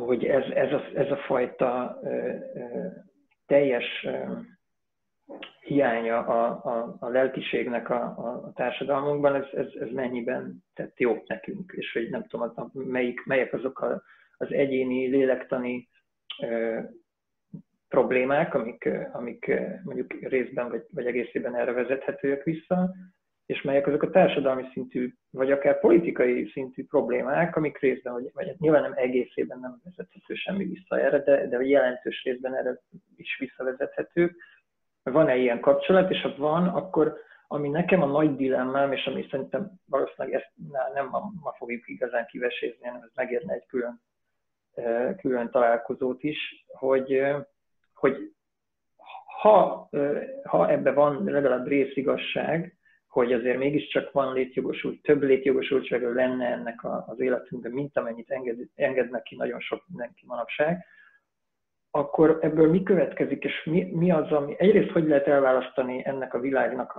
hogy ez a fajta teljes hiánya a lelkiségnek a társadalmunkban, ez mennyiben tett jót nekünk, és hogy nem tudom, melyek azok az egyéni, lélektani problémák, amik mondjuk részben vagy egészében erre vezethetőek vissza, és melyek azok a társadalmi szintű, vagy akár politikai szintű problémák, amik részben, vagy nyilván nem egészében nem vezethető semmi vissza erre, de jelentős részben erre is visszavezethetők. Van-e ilyen kapcsolat, és ha van, akkor ami nekem a nagy dilemmám, és ami szerintem valószínűleg ezt nem ma fogjuk igazán kivesézni, hanem ez megérne egy külön találkozót is, hogy ha ebben van legalább részigazság, hogy azért mégiscsak van több létjogosultsága lenne ennek az életünkben, mint amennyit engednek ki nagyon sok mindenki manapság, akkor ebből mi következik, és mi az, ami egyrészt hogy lehet elválasztani ennek a világnak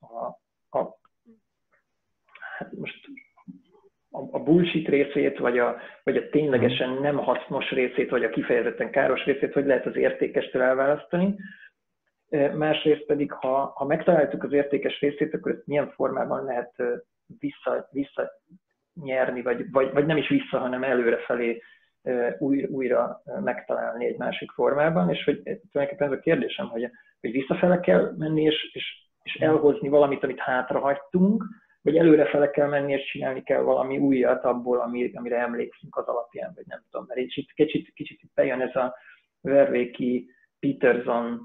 hát most a bullshit részét, vagy a ténylegesen nem hasznos részét, vagy a kifejezetten káros részét, hogy lehet az értékestől elválasztani. Másrészt pedig, ha megtaláltuk az értékes részét, akkor ezt milyen formában lehet visszanyerni, vagy nem is vissza, hanem előrefelé újra megtalálni egy másik formában, és hogy tulajdonképpen ez a kérdésem, hogy visszafele kell menni, és elhozni valamit, amit hátrahagytunk, vagy előrefele kell menni, és csinálni kell valami újat abból, amire emlékszünk az alapján, vagy nem tudom. Mert itt kicsit bejön ez a Vervéki Peterson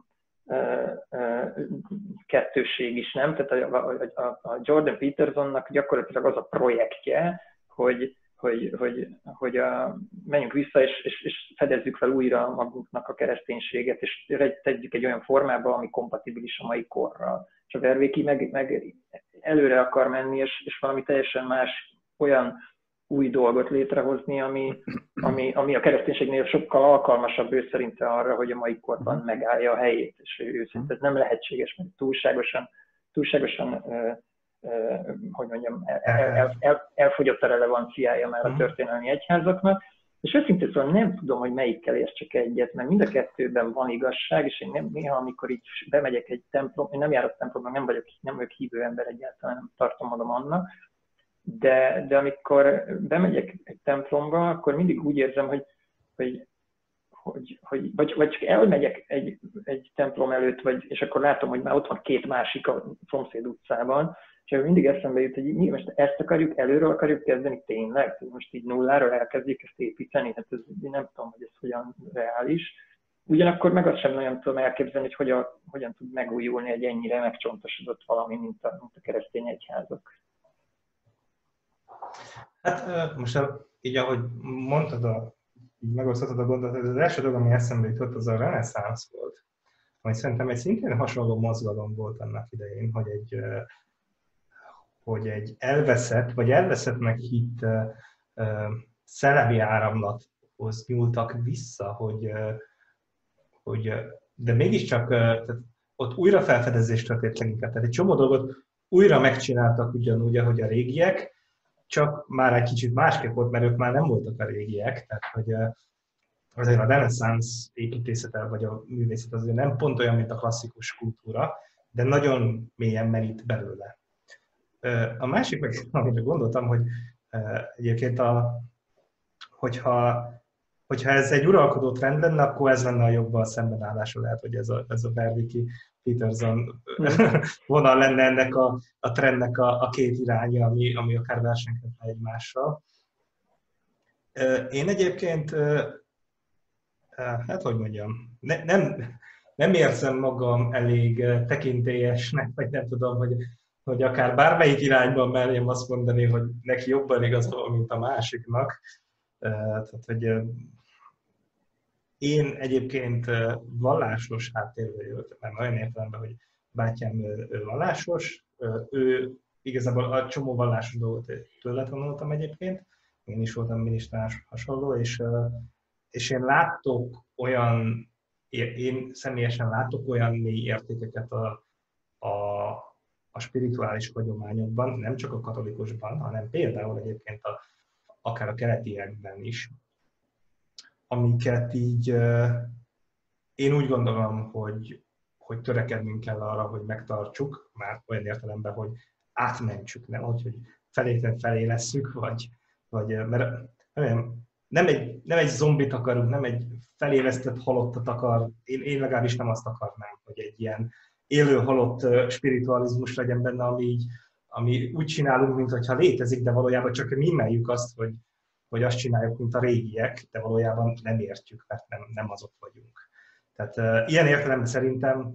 kettősség is, nem? Tehát a Jordan Petersonnak gyakorlatilag az a projektje, hogy menjünk vissza, és fedezzük fel újra magunknak a kereszténységet, és tegyük egy olyan formába, ami kompatibilis a mai korral. És a Vervéki meg előre akar menni, és valami teljesen más, olyan új dolgot létrehozni, ami a kereszténységnél sokkal alkalmasabb ő szerinte arra, hogy a mai korban megállja a helyét. És ő szerint ez nem lehetséges, mert túlságosan hogy mondjam, elfogyott a relevanciája már a történelmi egyházaknak, és őszintén szóval nem tudom, hogy melyikkel értsek egyet, mert mind a kettőben van igazság, és én néha, amikor így bemegyek egy templom, én nem járok templomban, nem vagyok hívő ember egyáltalán, nem tartom magam annak, de amikor bemegyek egy templomba, akkor mindig úgy érzem, vagy csak elmegyek egy templom előtt, és akkor látom, hogy már ott van két másik a szomszéd utcában, és mindig eszembe jut, hogy mi most ezt előről akarjuk kezdeni tényleg, hogy most így nulláról elkezdjük ezt építeni, hát ez, nem tudom, hogy ez hogyan reális. Ugyanakkor meg azt sem nagyon tudom elképzelni, hogy hogyan tud megújulni egy ennyire megcsontosodott valami, mint a keresztény egyházak. Hát most így, ahogy mondtad, megosztottad a gondolatot, az első dolog, ami eszembe jutott, az a reneszánsz volt. Ami szerintem egy szintén hasonló mozgalom volt annak idején, hogy egy elveszett, vagy elveszettnek hitt szellemi áramlathoz nyúltak vissza, de mégiscsak ott újra felfedezés történt leginkább. Tehát egy csomó dolgot újra megcsináltak ugyanúgy, ahogy a régiek, csak már egy kicsit másképp volt, mert ők már nem voltak a régiek, tehát hogy azért a reneszánsz építészete, vagy a művészet azért nem pont olyan, mint a klasszikus kultúra, de nagyon mélyen merít belőle. A másik meg, amire gondoltam, hogy egyébként hogyha ez egy uralkodó trend lenne, akkor ez lenne a jobban szembenállása, lehet, hogy ez a Vervéki Peterson vonal lenne ennek a trendnek a két iránya, ami akár versenykedne egymással. Én egyébként, hát hogy mondjam, nem érzem magam elég tekintélyesnek, vagy nem tudom, hogy akár bármelyik irányban merjem azt mondani, hogy neki jobban igazol, mint a másiknak. Tehát, hogy én egyébként vallásos háttérből jöttem, mert olyan értelemben, hogy bátyám vallásos, ő igazából a csomó vallásos dolgot tőle tanultam egyébként, én is voltam minisztráns hasonló, és én személyesen látok olyan mély értékeket a spirituális hagyományokban, nem csak a katolikusban, hanem például egyébként akár a keletiekben is, amiket így én úgy gondolom, hogy törekednünk kell arra, hogy megtartsuk, már olyan értelemben, hogy átmentsük, nem, hogy felétlen felé lesszük, mert nem egy zombit akarunk, nem egy felévesztett halottat akar, én legalábbis nem azt akarnám, hogy egy ilyen élő halott spiritualizmus legyen benne, ami úgy csinálunk, mintha létezik, de valójában csak mi immeljük azt, hogy azt csináljuk, mint a régiek, de valójában nem értjük, mert nem azok vagyunk. Tehát ilyen értelemben szerintem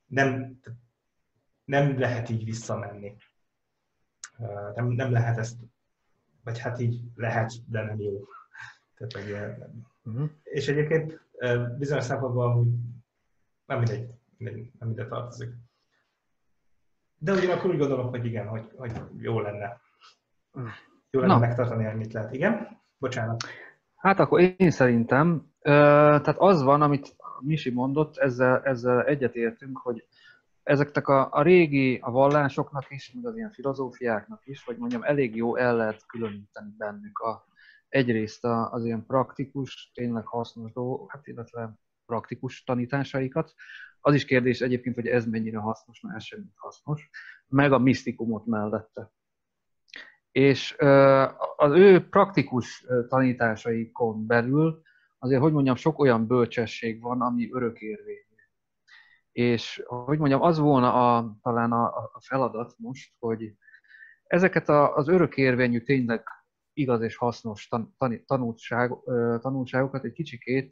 nem lehet így visszamenni. Nem lehet ezt, vagy hát így lehet, de nem jó. Tehát, és egyébként bizonyos szempontból nem mindegy tartozik. De ugyanakkor úgy gondolom, hogy igen, hogy jó lenne. Jó lenne megtartani, amit lehet. Igen? Bocsánat. Hát akkor én szerintem, tehát az van, amit Misi mondott, ezzel egyetértünk, hogy ezeknek a régi a vallásoknak is, meg az ilyen filozófiáknak is, hogy mondjam, elég jó el lehet különíteni bennük egyrészt az ilyen praktikus, tényleg hasznos dolgok, hát illetve praktikus tanításaikat. Az is kérdés egyébként, hogy ez mennyire hasznos, mert ez sem hasznos, meg a misztikumot mellette. És az ő praktikus tanításaikon belül azért, hogy mondjam, sok olyan bölcsesség van, ami örökérvényű. És, hogy mondjam, az volna talán a feladat most, hogy ezeket az örökérvényű, tényleg igaz és hasznos tanulságokat egy kicsikét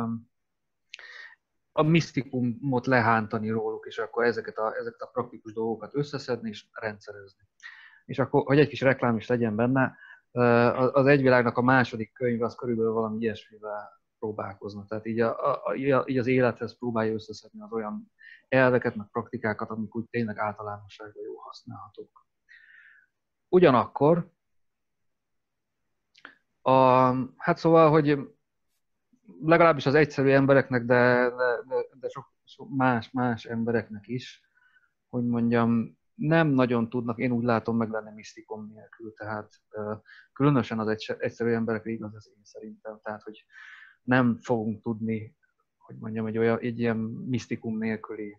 a misztikumot lehántani róluk, és akkor ezeket a praktikus dolgokat összeszedni és rendszerezni. És akkor, hogy egy kis reklám is legyen benne, az Egyvilágnak a második könyve az körülbelül valami ilyesmivel próbálkozna. Tehát így az élethez próbálja összeszedni az olyan elveket, meg praktikákat, amik úgy tényleg általánosságban jól használhatók. Ugyanakkor, hát szóval, hogy legalábbis az egyszerű embereknek, de sok más embereknek is, hogy mondjam, nem nagyon tudnak, én úgy látom, meg lenni misztikum nélkül, tehát különösen az egyszerű emberekre igaz ez én szerintem, tehát hogy nem fogunk tudni, hogy mondjam, egy ilyen misztikum nélküli,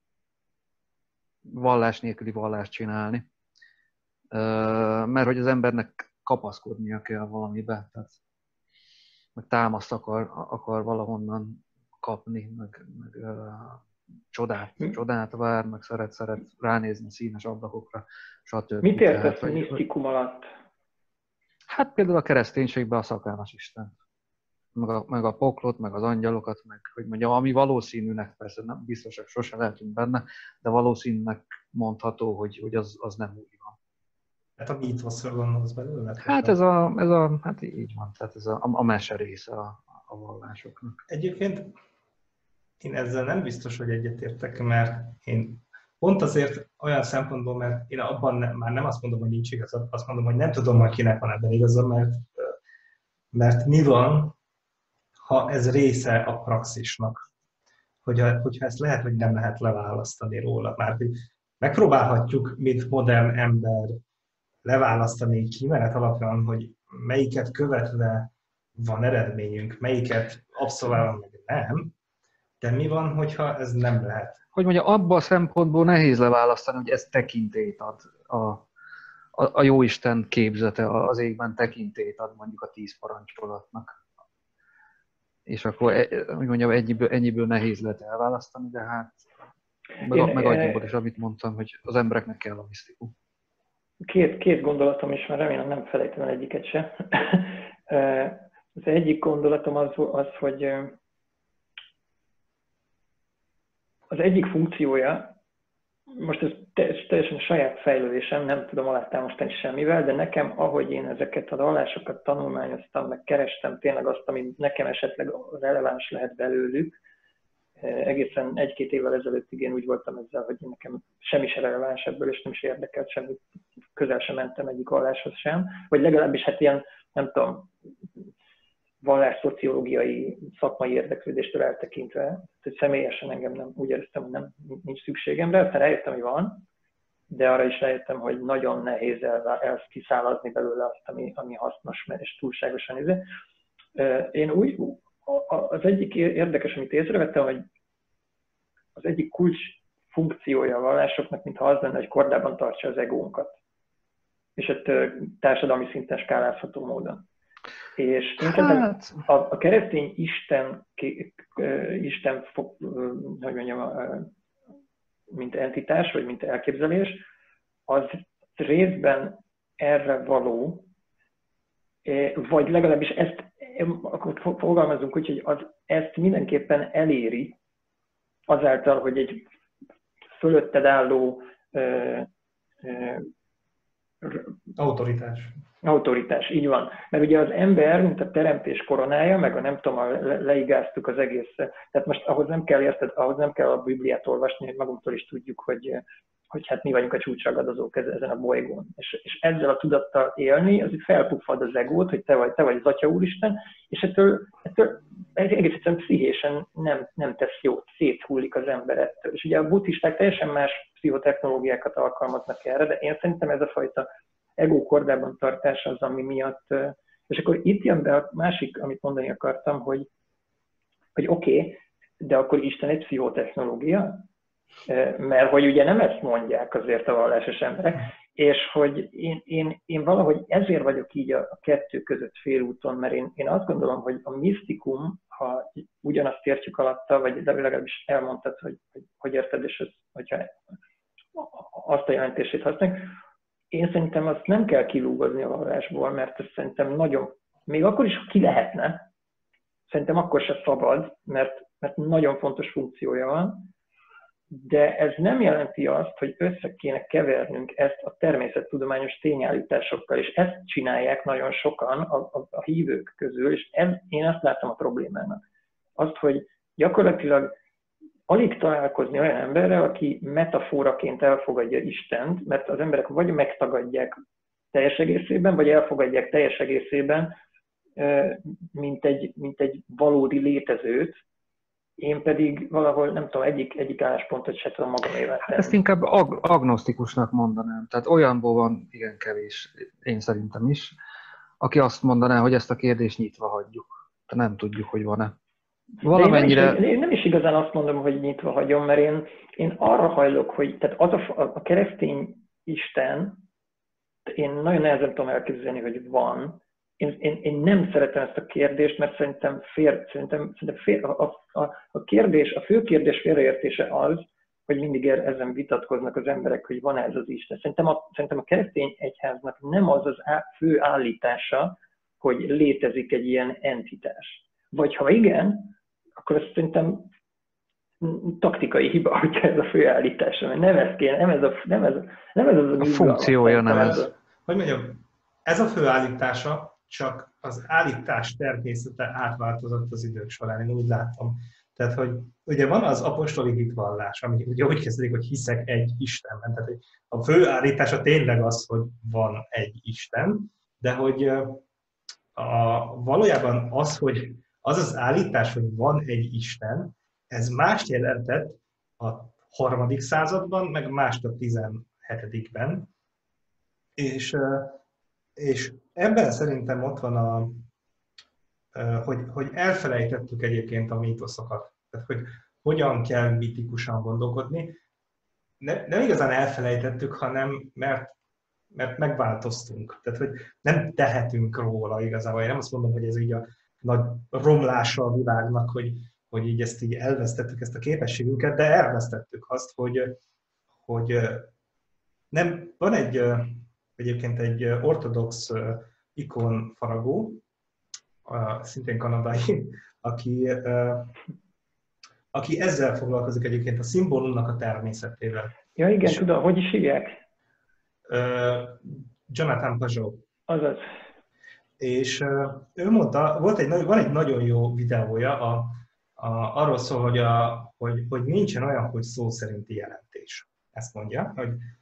vallás nélküli vallást csinálni, mert hogy az embernek kapaszkodnia kell valamibe, tehát meg támaszt akar valahonnan kapni, meg csodát vár, meg szeret ránézni színes ablakokra, stb. Mit értesz a misztikum alatt? Hát például a kereszténységben a szakállas Isten, meg a poklot, meg az angyalokat, meg hogy mondjam, ami valószínűnek, persze nem biztos, hogy sose lehetünk benne, de valószínűnek mondható, hogy az nem úgy van. Hát a mítoszra gondolsz belőle? Hát hát így van, tehát ez a mese része a vallásoknak. Egyébként én ezzel nem biztos, hogy egyetértek, mert én pont azért olyan szempontból, mert én abban már nem azt mondom, hogy nincs igazad, azt mondom, hogy nem tudom, hogy kinek van ebben igaza, mert mi van, ha ez része a praxisnak. Hogyha ezt lehet, vagy nem lehet leválasztani róla. Már hogy megpróbálhatjuk, mint modern ember leválasztani kimenet alapján, hogy melyiket követve van eredményünk, melyiket abszolválva meg nem, de mi van, hogyha ez nem lehet? Hogy mondja, abban a szempontból nehéz leválasztani, hogy ez tekintélyt ad, a Jóisten képzete az égben tekintélyt ad mondjuk a 10 parancsolatnak. És akkor, hogy mondjam, ennyiből nehéz lehet elválasztani, de hát meg annyiból is, amit mondtam, hogy az embereknek kell a misztikum. Két gondolatom is, mert remélem nem felejtem el egyiket se. Az egyik gondolatom az, hogy az egyik funkciója, most ez teljesen saját fejlődésem, nem tudom alátámasztani semmivel, de nekem, ahogy én ezeket a vallásokat tanulmányoztam, meg kerestem tényleg azt, ami nekem esetleg releváns lehet belőlük, egészen 1-2 évvel ezelőttig én úgy voltam ezzel, hogy nekem semmi se releváns ebből, és nem is érdekelt semmi, közel sem mentem egyik valláshoz sem, vagy legalábbis hát ilyen, nem tudom, vallásszociológiai szakmai érdeklődéstől eltekintve, hogy személyesen engem nem úgy éreztem, hogy nincs szükségem rá, aztán rájöttem, hogy van, de arra is rájöttem, hogy nagyon nehéz kiszálazni belőle azt, ami hasznos, és túlságosan izé. Én az egyik érdekes, amit észrevettem, hogy az egyik kulcs funkciója a vallásoknak, mintha az lenne, hogy kordában tartsa az egónkat. És ezt társadalmi szinten skálázható módon. És a keresztény Isten hogy mondjam, mint entitás, vagy mint elképzelés, az részben erre való, vagy legalábbis ezt, akkor fogalmazunk úgy, hogy ezt mindenképpen eléri azáltal, hogy egy fölötted álló autoritás, így van. Mert ugye az ember, mint a teremtés koronája, meg a nem tudom, leigáztuk az egész. Tehát most ahhoz nem kell a Bibliát olvasni, hogy magunktól is tudjuk, hogy hát mi vagyunk a csúcsragadozók ezen a bolygón. És ezzel a tudattal élni, az felpuffad az egót, hogy te vagy az Atya Úristen, és ettől egész egyszerűen pszichésen nem tesz jót, széthullik az ember ettől. És ugye a buddhisták teljesen más pszichotechnológiákat alkalmaznak erre, de én szerintem ez a fajta ego kordában tartás az, ami miatt... És akkor itt jön be a másik, amit mondani akartam, hogy oké, de akkor Isten egy pszichotechnológia? Mert hogy ugye nem ezt mondják azért a vallásos emberek, és hogy én valahogy ezért vagyok így a kettő között félúton, mert én azt gondolom, hogy a misztikum, ha ugyanazt értjük alatta, vagy legalábbis elmondtad, hogy érted, és hogyha azt a jelentését használjuk, én szerintem azt nem kell kilúgozni a vallásból, mert ez szerintem nagyon, még akkor is, ha ki lehetne, szerintem akkor se szabad, mert nagyon fontos funkciója van, de ez nem jelenti azt, hogy össze kéne kevernünk ezt a természettudományos tényállításokkal, és ezt csinálják nagyon sokan a hívők közül, és én azt látom a problémának. Azt, hogy gyakorlatilag alig találkozni olyan emberrel, aki metaforaként elfogadja Istent, mert az emberek vagy megtagadják teljes egészében, vagy elfogadják teljes egészében, mint egy valódi létezőt. Én pedig valahol, nem tudom, egyik álláspontot se tudom magamével tenni. Ezt inkább agnosztikusnak mondanám. Tehát olyanból van igen kevés, én szerintem is, aki azt mondaná, hogy ezt a kérdést nyitva hagyjuk. De nem tudjuk, hogy van-e. Valamennyire... Én nem is igazán azt mondom, hogy nyitva hagyom, mert én arra hajlok, hogy tehát az a keresztény Isten, én nagyon nehezen tudom elképzelni, hogy van. Én nem szeretem ezt a kérdést, mert szerintem a fő kérdés félreértése az, hogy mindig ezen vitatkoznak az emberek, hogy van ez az Isten. Szerintem a keresztény egyháznak nem az fő állítása, hogy létezik egy ilyen entitás. Vagy ha igen, akkor azt szerintem taktikai hiba, hogyha ez a fő állítása. Mert nem ez kéne, nem ez az a funkciója nem ez. Hogy mondjam, ez a fő állítása, csak az állítás természete átváltozott az idők során, én úgy látom. Tehát, hogy ugye van az apostoli hitvallás, ami ugye úgy kezdődik, hogy hiszek egy Istenben. Tehát a fő állítása tényleg az, hogy van egy Isten, de hogy valójában hogy az állítás, hogy van egy Isten, ez mást jelentett a 3. században, meg mást a 17-ben. És ebben szerintem ott van hogy elfelejtettük egyébként a mítoszokat. Tehát, hogy hogyan kell mitikusan gondolkodni. Nem igazán elfelejtettük, hanem mert megváltoztunk. Tehát, hogy nem tehetünk róla igazából. Én nem azt mondom, hogy ez így a nagy romlása a világnak, hogy így ezt így elvesztettük, ezt a képességünket, de elvesztettük azt, hogy nem, van egyébként egy ortodox ikonfaragó, szintén kanadai, aki ezzel foglalkozik egyébként a szimbólumnak a természetével. Ja igen, tudom, hogy is hívják? Jonathan Pajot. Azaz. És ő mondta, van egy nagyon jó videója, arról szól, hogy nincsen olyan, hogy szó szerinti jelentés. Ezt mondja,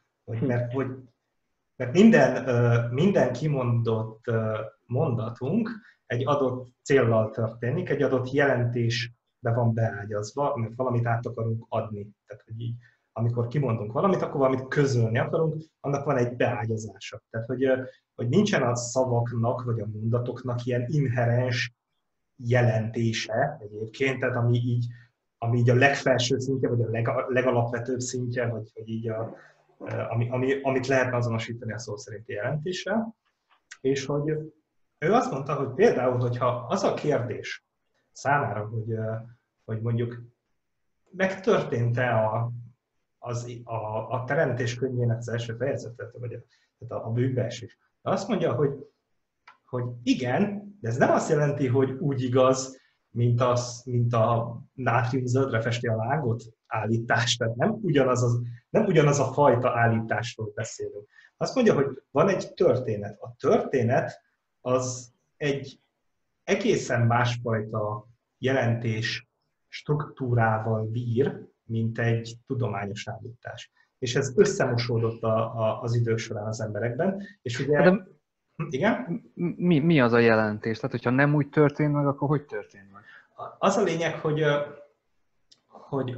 mert minden kimondott mondatunk egy adott céllal történik, egy adott jelentésbe van beágyazva, mert valamit át akarunk adni. Tehát, hogy így, amikor kimondunk valamit, akkor valamit közölni akarunk, annak van egy beágyazása. Tehát, hogy nincsen a szavaknak, vagy a mondatoknak ilyen inherens jelentése egyébként, tehát ami így a legfelső szintje, vagy a legalapvetőbb szintje, vagy így amit lehetne azonosítani a szó szerinti jelentéssel. És hogy ő azt mondta, hogy például, hogyha az a kérdés számára, hogy mondjuk megtörtént-e a Teremtés könyvének az első fejezetet, vagy a bűnbeesés. De azt mondja, hogy igen, de ez nem azt jelenti, hogy úgy igaz, mint a nátriumzöldre festi a lágot állítás, tehát nem ugyanaz a fajta állításról beszélünk. Azt mondja, hogy van egy történet. A történet az egy egészen másfajta jelentés struktúrával bír, mint egy tudományos állítás. És ez összemosódott az idők során az emberekben. És ugye... De igen? Mi az a jelentés? Tehát, hogyha nem úgy történt meg, akkor hogy történt meg? Az a lényeg, hogy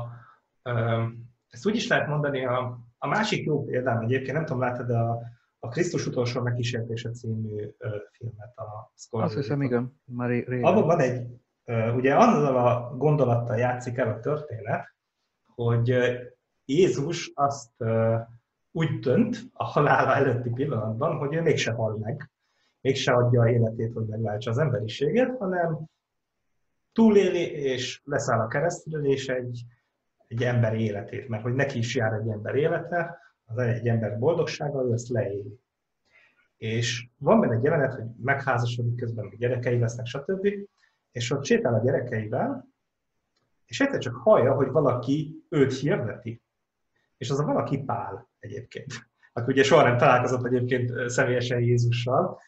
ezt úgy is lehet mondani, a másik jó példám egyébként, nem tudom, láttad a Krisztus utolsó megkísértése című filmet, a Scorsese. Azt hiszem, igen, már régen. Abban van ugye azzal a gondolattal játszik el a történet, hogy Jézus azt úgy dönt a halála előtti pillanatban, hogy ő mégse hal meg, mégse adja a életét, hogy megváltsa az emberiséget, hanem túléli és leszáll a keresztről, és egy ember életét, mert hogy neki is jár egy ember élete, az egy ember boldogsága, ő ezt leéli. És van benne egy jelenet, hogy megházasodik, közben gyerekei lesznek, stb. És ott sétál a gyerekeivel, és egyszer csak hallja, hogy valaki őt hirdeti. És az a valaki Pál egyébként, aki ugye soha nem találkozott egyébként személyesen Jézussal,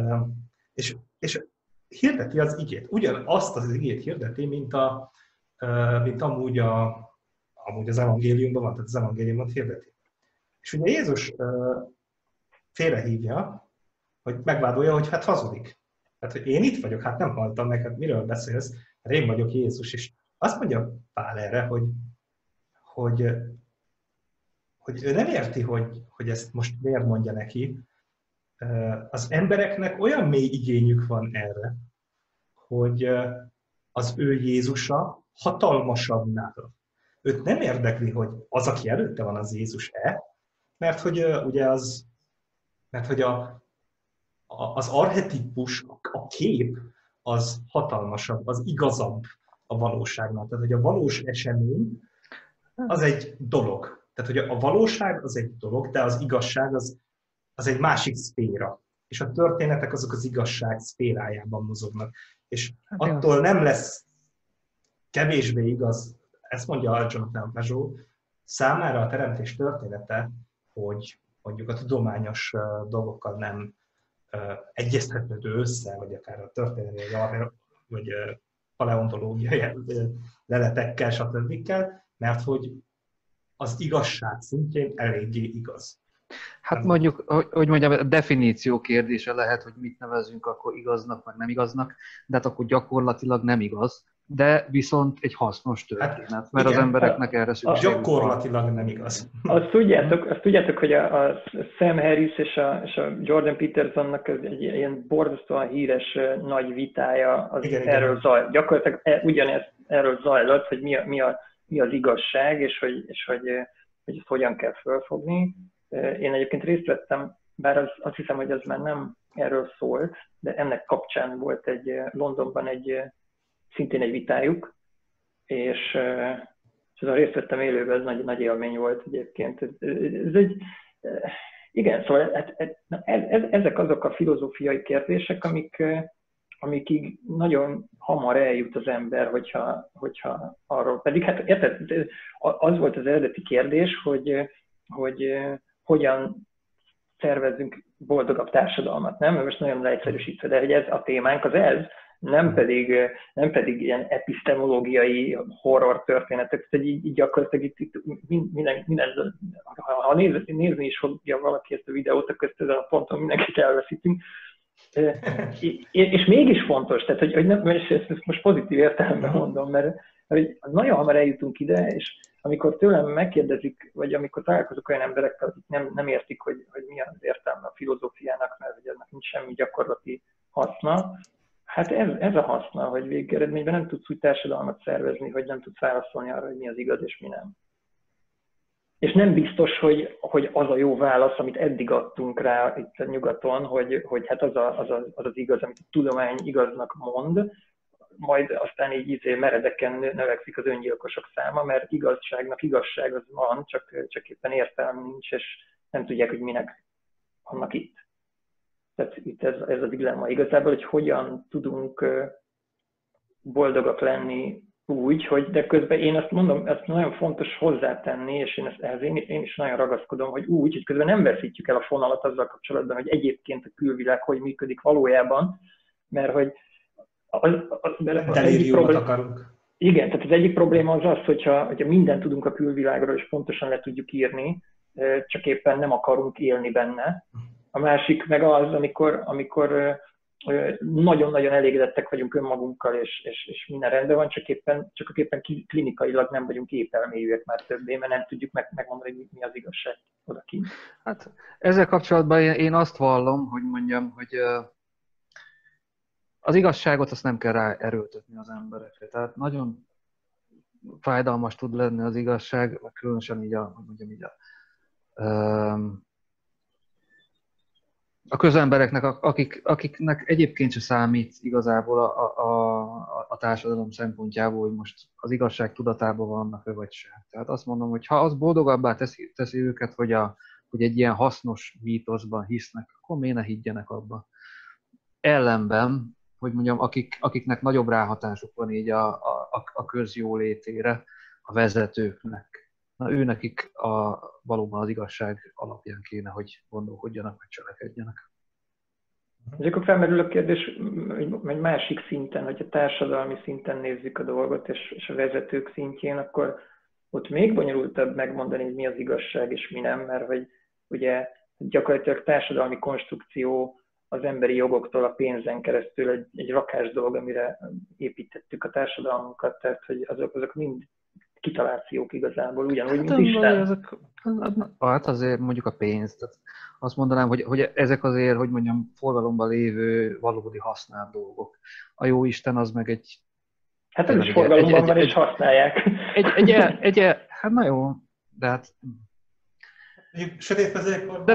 és hirdeti az igét. Ugyanazt az igét hirdeti, mint amúgy az evangéliumban van, tehát az evangéliumot hirdeti. És ugye Jézus félrehívja, hogy megvádolja, hogy hát hazudik. Tehát, hogy én itt vagyok, hát nem haltam meg, hát miről beszélsz, hát én vagyok Jézus. És azt mondja Pál erre, hogy ő nem érti, hogy ezt most miért mondja neki. Az embereknek olyan mély igényük van erre, hogy az ő Jézusa hatalmasabb nála. Őt nem érdekli, hogy az, aki előtte van, az Jézus-e, mert hogy ugye az archetípus, a kép az hatalmasabb, az igazabb a valóságnak. Tehát, hogy a valós esemény az egy dolog. Tehát, hogy a valóság az egy dolog, de az igazság az egy másik szféra. És a történetek azok az igazság szférájában mozognak. És attól nem lesz kevésbé igaz, ezt mondja Jonathan Peugeot, számára a teremtés története, hogy mondjuk a tudományos dolgokkal nem egyeztethető össze, vagy akár a történelmi, vagy paleontológiai leletekkel, stb. Mert hogy az igazság szintjén eléggé igaz. Hát mondjuk, hogy mondjam, a definíció kérdése lehet, hogy mit nevezünk akkor igaznak, meg nem igaznak, de hát akkor gyakorlatilag nem igaz, de viszont egy hasznos történet, mert igen, az embereknek erre szükségük van. Gyakorlatilag nem igaz. Azt tudjátok, hogy a Sam Harris és a Jordan Petersonnak egy ilyen borzasztóan híres nagy vitája az igen, erről zajlott. Gyakorlatilag ugyanez erről zajlott, hogy mi az igazság, és hogy ezt hogyan kell fölfogni. Én egyébként részt vettem, bár azt hiszem, hogy az már nem erről szólt, de ennek kapcsán volt Londonban szintén egy vitájuk, és azon részt vettem élőben, ez nagy élmény volt egyébként. Igen, szóval ezek azok a filozófiai kérdések, amikig nagyon hamar eljut az ember, hogyha arról. Pedig hát érted, az volt az eredeti kérdés, hogy hogyan szervezzünk boldogabb társadalmat, nem? Most nagyon leegyszerűsítve, de hogy ez a témánk az ez, nem pedig ilyen epistemológiai horror történetek, tehát így gyakorlatilag itt minden, ha nézni is fogja valaki ezt a videót, akkor ezen a ponton mindenkit elveszítünk. És mégis fontos, tehát hogy nem, ezt most pozitív értelemben mondom, mert nagyon hamar eljutunk ide, és amikor tőlem megkérdezik, vagy amikor találkozok olyan emberekkel, akik nem értik, hogy mi az értelme a filozófiának, mert hogy ennek nincs semmi gyakorlati haszna, Hát ez a haszna, hogy végeredményben nem tudsz úgy társadalmat szervezni, hogy nem tudsz válaszolni arra, hogy mi az igaz és mi nem. És nem biztos, hogy az a jó válasz, amit eddig adtunk rá itt a nyugaton, hogy hát az igaz, amit a tudomány igaznak mond, majd aztán így meredeken növekszik az öngyilkosok száma, mert igazságnak igazság az van, csak éppen értelem nincs, és nem tudják, hogy minek vannak itt. Tehát itt ez a dilemma igazából, hogy hogyan tudunk boldogak lenni úgy, hogy de közben én azt mondom, ezt nagyon fontos hozzátenni, és én is nagyon ragaszkodom, hogy úgy, hogy közben nem veszítjük el a fonalat azzal kapcsolatban, hogy egyébként a külvilág hogy működik valójában, mert hogy az egyik probléma, akarunk. Igen, tehát az egyik probléma az, hogyha mindent tudunk a külvilágról, és pontosan le tudjuk írni, csak éppen nem akarunk élni benne. A másik meg az, amikor nagyon-nagyon elégedettek vagyunk önmagunkkal, és minden rendben van, csak éppen klinikailag nem vagyunk épelmélyűek már többé, mert nem tudjuk megmondani, hogy mi az igazság odakint. Hát ezzel kapcsolatban én azt vallom, hogy mondjam, hogy az igazságot azt nem kell rá erőltetni az emberekre. Tehát nagyon fájdalmas tud lenni az igazság, különösen így a közembereknek, akiknek egyébként se számít igazából a társadalom szempontjából, hogy most az igazság tudatában vannak-e vagy sem. Tehát azt mondom, hogy ha az boldogabbá teszi őket, hogy egy ilyen hasznos mítoszban hisznek, akkor miért ne higgyenek abba. Ellenben, hogy mondjam, akiknek nagyobb ráhatásuk van így a közjólétére, a vezetőknek, na őnekik valóban az igazság alapján kéne, hogy gondolkodjanak, vagy cselekedjenek. És akkor felmerül a kérdés egy másik szinten, hogy a társadalmi szinten nézzük a dolgot, és a vezetők szintjén, akkor ott még bonyolultabb megmondani, hogy mi az igazság és mi nem, mert hogy ugye gyakorlatilag társadalmi konstrukció az emberi jogoktól a pénzen keresztül egy rakás dolog, amire építettük a társadalmunkat, tehát hogy azok mind kitalációk igazából, ugyanúgy, mint Isten. Hát azért mondjuk a pénz, tehát azt mondanám, hogy ezek azért, hogy mondjam, forgalomban lévő valódi használt dolgok. A jó Isten az meg egy... Hát ez is forgalomban van, és használják. Hát na jó, de hát... De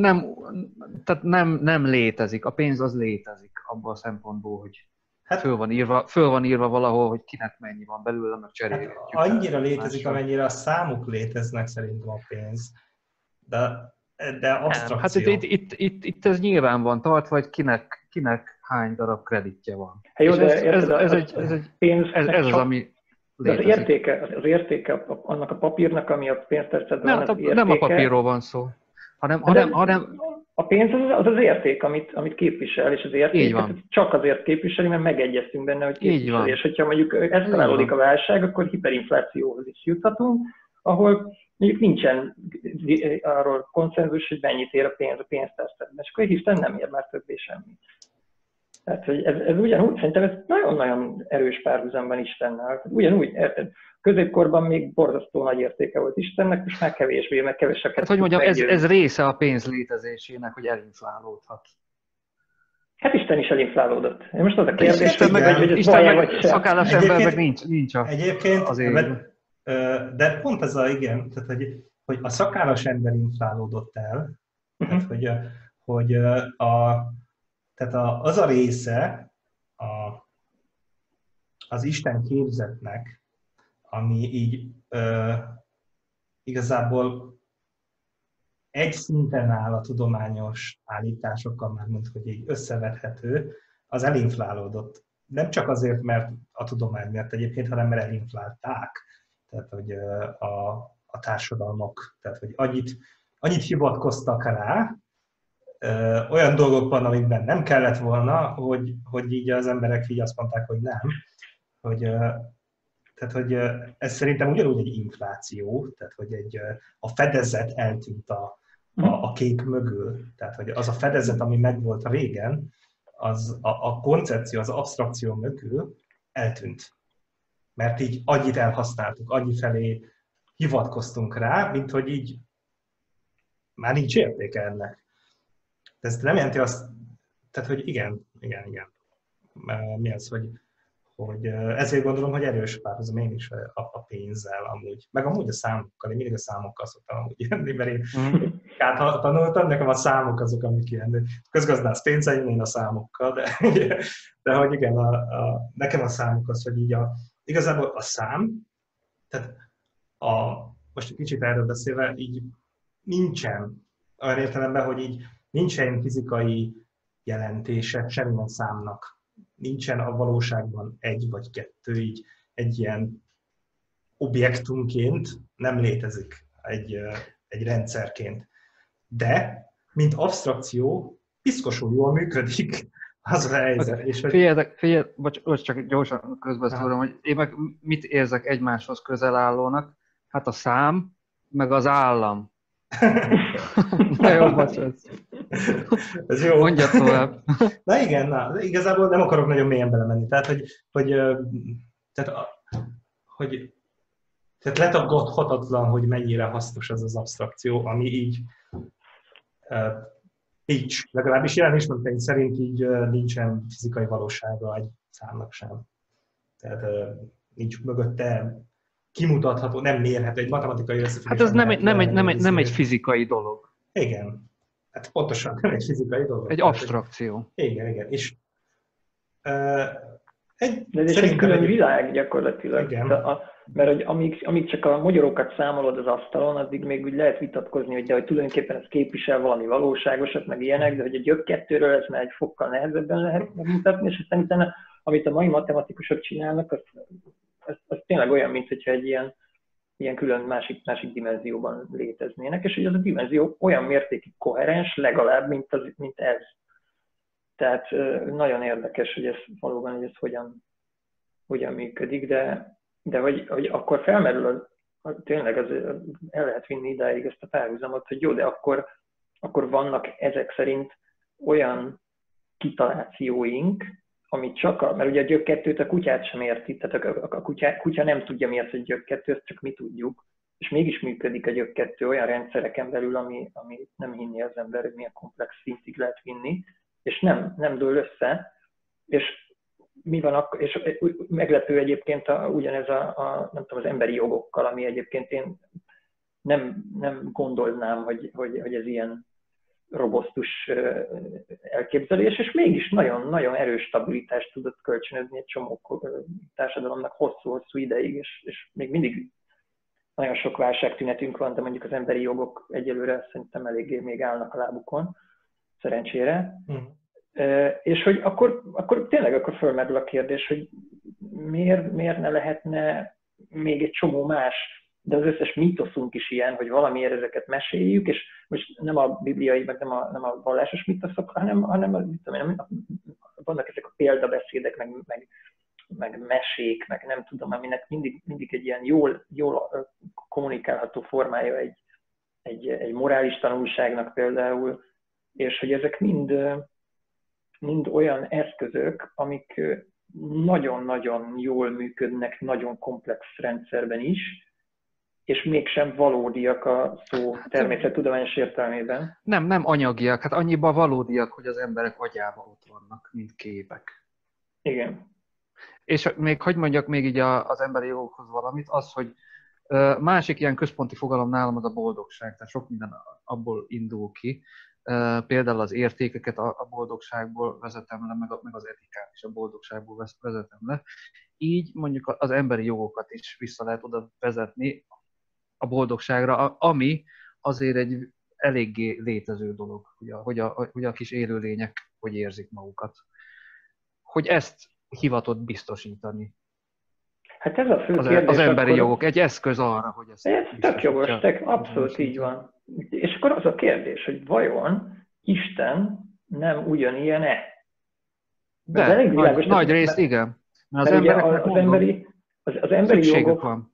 nem létezik. A pénz az létezik abban a szempontból, hogy hát, föl van írva valahol, hogy kinek mennyi van belőle, meg cserélhetjük. Hát annyira létezik, amennyire a számuk léteznek szerintem a pénz. De absztrakció. Hát itt ez nyilván van tartva, hogy kinek hány darab kreditje van. Hát jó, ez az, ami létezik. Az értéke annak a papírnak, ami a pénztárcádban van, az értéke. Nem a papírról van szó, hanem a pénz az érték, amit képvisel, és az értéket csak azért képviseli, mert megegyeztünk benne, hogy képviseli. És hogyha mondjuk eszkalálódik a válság, akkor hiperinflációhoz is juthatunk, ahol mondjuk nincsen arról konszenzus, hogy mennyit ér a pénztárcádban. És akkor hiszen nem ér már többé semmi. Tehát, hogy ez ugyanúgy, szerintem ez nagyon-nagyon erős párhuzamban Istennel. Ugyanúgy, középkorban még borzasztó nagy értéke volt Istennek, most már kevésbé, meg keveseket. Hát, hogy mondjam, ez része a pénz létezésének, hogy elinflálódhat. Hát Isten is elinflálódott. Most az a kérdés, Isten meg szakállas ember meg nincs egyébként, de pont ez igen, tehát, hogy a szakállas ember inflálódott el, tehát az a része az Isten képzetnek, ami így igazából egy szinten áll a tudományos állításokkal, már mint hogy így összevethető, az elinflálódott. Nem csak azért, mert a tudomány miatt egyébként, hanem mert elinflálták. Tehát, hogy a társadalmak, tehát, hogy annyit hivatkoztak rá, olyan dolgokban, amikben nem kellett volna, hogy így az emberek így azt mondták, hogy nem. Tehát, hogy ez szerintem ugyanúgy egy infláció, tehát, hogy a fedezet eltűnt a kép mögül. Tehát, hogy az a fedezet, ami megvolt régen, az a koncepció, az absztrakció mögül eltűnt. Mert így annyit elhasználtuk, annyi felé hivatkoztunk rá, mint hogy így már nincs értéke ennek. De ez nem jelenti azt, tehát, hogy igen. mi az, hogy ezért gondolom, hogy erős párhuzam én is a pénzzel amúgy. Meg amúgy a számokkal, én mindig a számokkal szoktam amúgy jönni, mert én tanultam, nekem a számok azok, amik ilyen közgazdász pénzzel jön, én a számokkal, de hogy igen, nekem a számok az, hogy így igazából a szám, tehát most egy kicsit erről beszélve, így nincsen olyan értelemben, hogy így nincsen fizikai jelentése semmilyen számnak. Nincsen a valóságban egy vagy kettő, így egy ilyen objektumként nem létezik egy rendszerként. De, mint absztrakció, piszkosul jól működik az a helyzet. És Figyeljetek, bocs, csak gyorsan közbeszólom, hogy én meg mit érzek egymáshoz közel állónak? Hát a szám, meg az állam. Na jó, bocs, ez jó. Mondjad tovább. Na igen, igazából nem akarok nagyon mélyen belemenni. Tehát letagadhatatlan, hogy mennyire hasznos ez az absztrakció, ami így nincs. Legalábbis jelen ismereteink szerint így nincsen fizikai valósága egy számnak sem. Tehát nincs mögötte kimutatható, nem mérhető, egy matematikai összefüggés. Hát ez nem egy fizikai dolog. Igen. Hát pontosan nem egy fizikai dolog. Egy abstrakció. Igen. És de ez egy külön világ gyakorlatilag. Mert hogy amíg csak a magyarokat számolod az asztalon, addig még úgy lehet vitatkozni, hogy tulajdonképpen ez képvisel valami valóságosat, meg ilyenek, de hogy a gyök-kettőről ez már egy fokkal nehezebben lehet megmutatni, és aztán utána, amit a mai matematikusok csinálnak, az tényleg olyan, mint hogyha egy ilyen külön másik dimenzióban léteznének, és hogy az a dimenzió olyan mértékig koherens legalább, mint ez. Tehát nagyon érdekes, hogy ez valóban, hogy ez hogyan működik, de hogy akkor felmerül, tényleg el lehet vinni idáig ezt a párhuzamot, hogy jó, de akkor vannak ezek szerint olyan kitalációink, amit mert ugye a gyök-kettőt a kutyát sem érti, tehát a kutya nem tudja mi az, hogy gyök-kettő, ezt csak mi tudjuk, és mégis működik a gyök-kettő olyan rendszereken belül, ami nem hinni az ember, hogy milyen komplex szintig lehet vinni, és nem dől össze, és mi van akkor, és meglepő egyébként ugyanez nem tudom, az emberi jogokkal, ami egyébként én nem gondolnám, hogy ez ilyen robosztus elképzelés, és mégis nagyon-nagyon erős stabilitást tudott kölcsönözni egy csomó társadalomnak hosszú-hosszú ideig, és még mindig nagyon sok válságtünetünk van, de mondjuk az emberi jogok egyelőre szerintem eléggé még állnak a lábukon, szerencsére. És hogy akkor tényleg fölmerül a kérdés, hogy miért ne lehetne még egy csomó más, de az összes mítoszunk is ilyen, hogy valamiért ezeket meséljük, és most nem a bibliai, meg nem a vallásos mítoszok, hanem vannak ezek a példabeszédek, meg mesék, meg nem tudom, aminek mindig egy ilyen jól kommunikálható formája egy morális tanulságnak például, és hogy ezek mind olyan eszközök, amik nagyon-nagyon jól működnek nagyon komplex rendszerben is, és mégsem valódiak a szó természettudományos értelmében. Nem anyagiak, hát annyiban valódiak, hogy az emberek agyában ott vannak, mint képek. Igen. És még, hogy mondjak még így az emberi jogokhoz valamit, az, hogy másik ilyen központi fogalom nálam az a boldogság, tehát sok minden abból indul ki. Például az értékeket a boldogságból vezetem le, meg az etikát is a boldogságból vezetem le. Így mondjuk az emberi jogokat is vissza lehet oda vezetni a boldogságra, ami azért egy eléggé létező dolog, hogy a kis élőlények hogy érzik magukat. Hogy ezt hivatott biztosítani. Hát ez a fő kérdés. Az emberi jogok egy eszköz arra, hogy ezt ez tök jogos, abszolút így van. És akkor az a kérdés, hogy vajon Isten nem ugyanilyen-e? De nagy részt igen. Mert az emberi jogok van.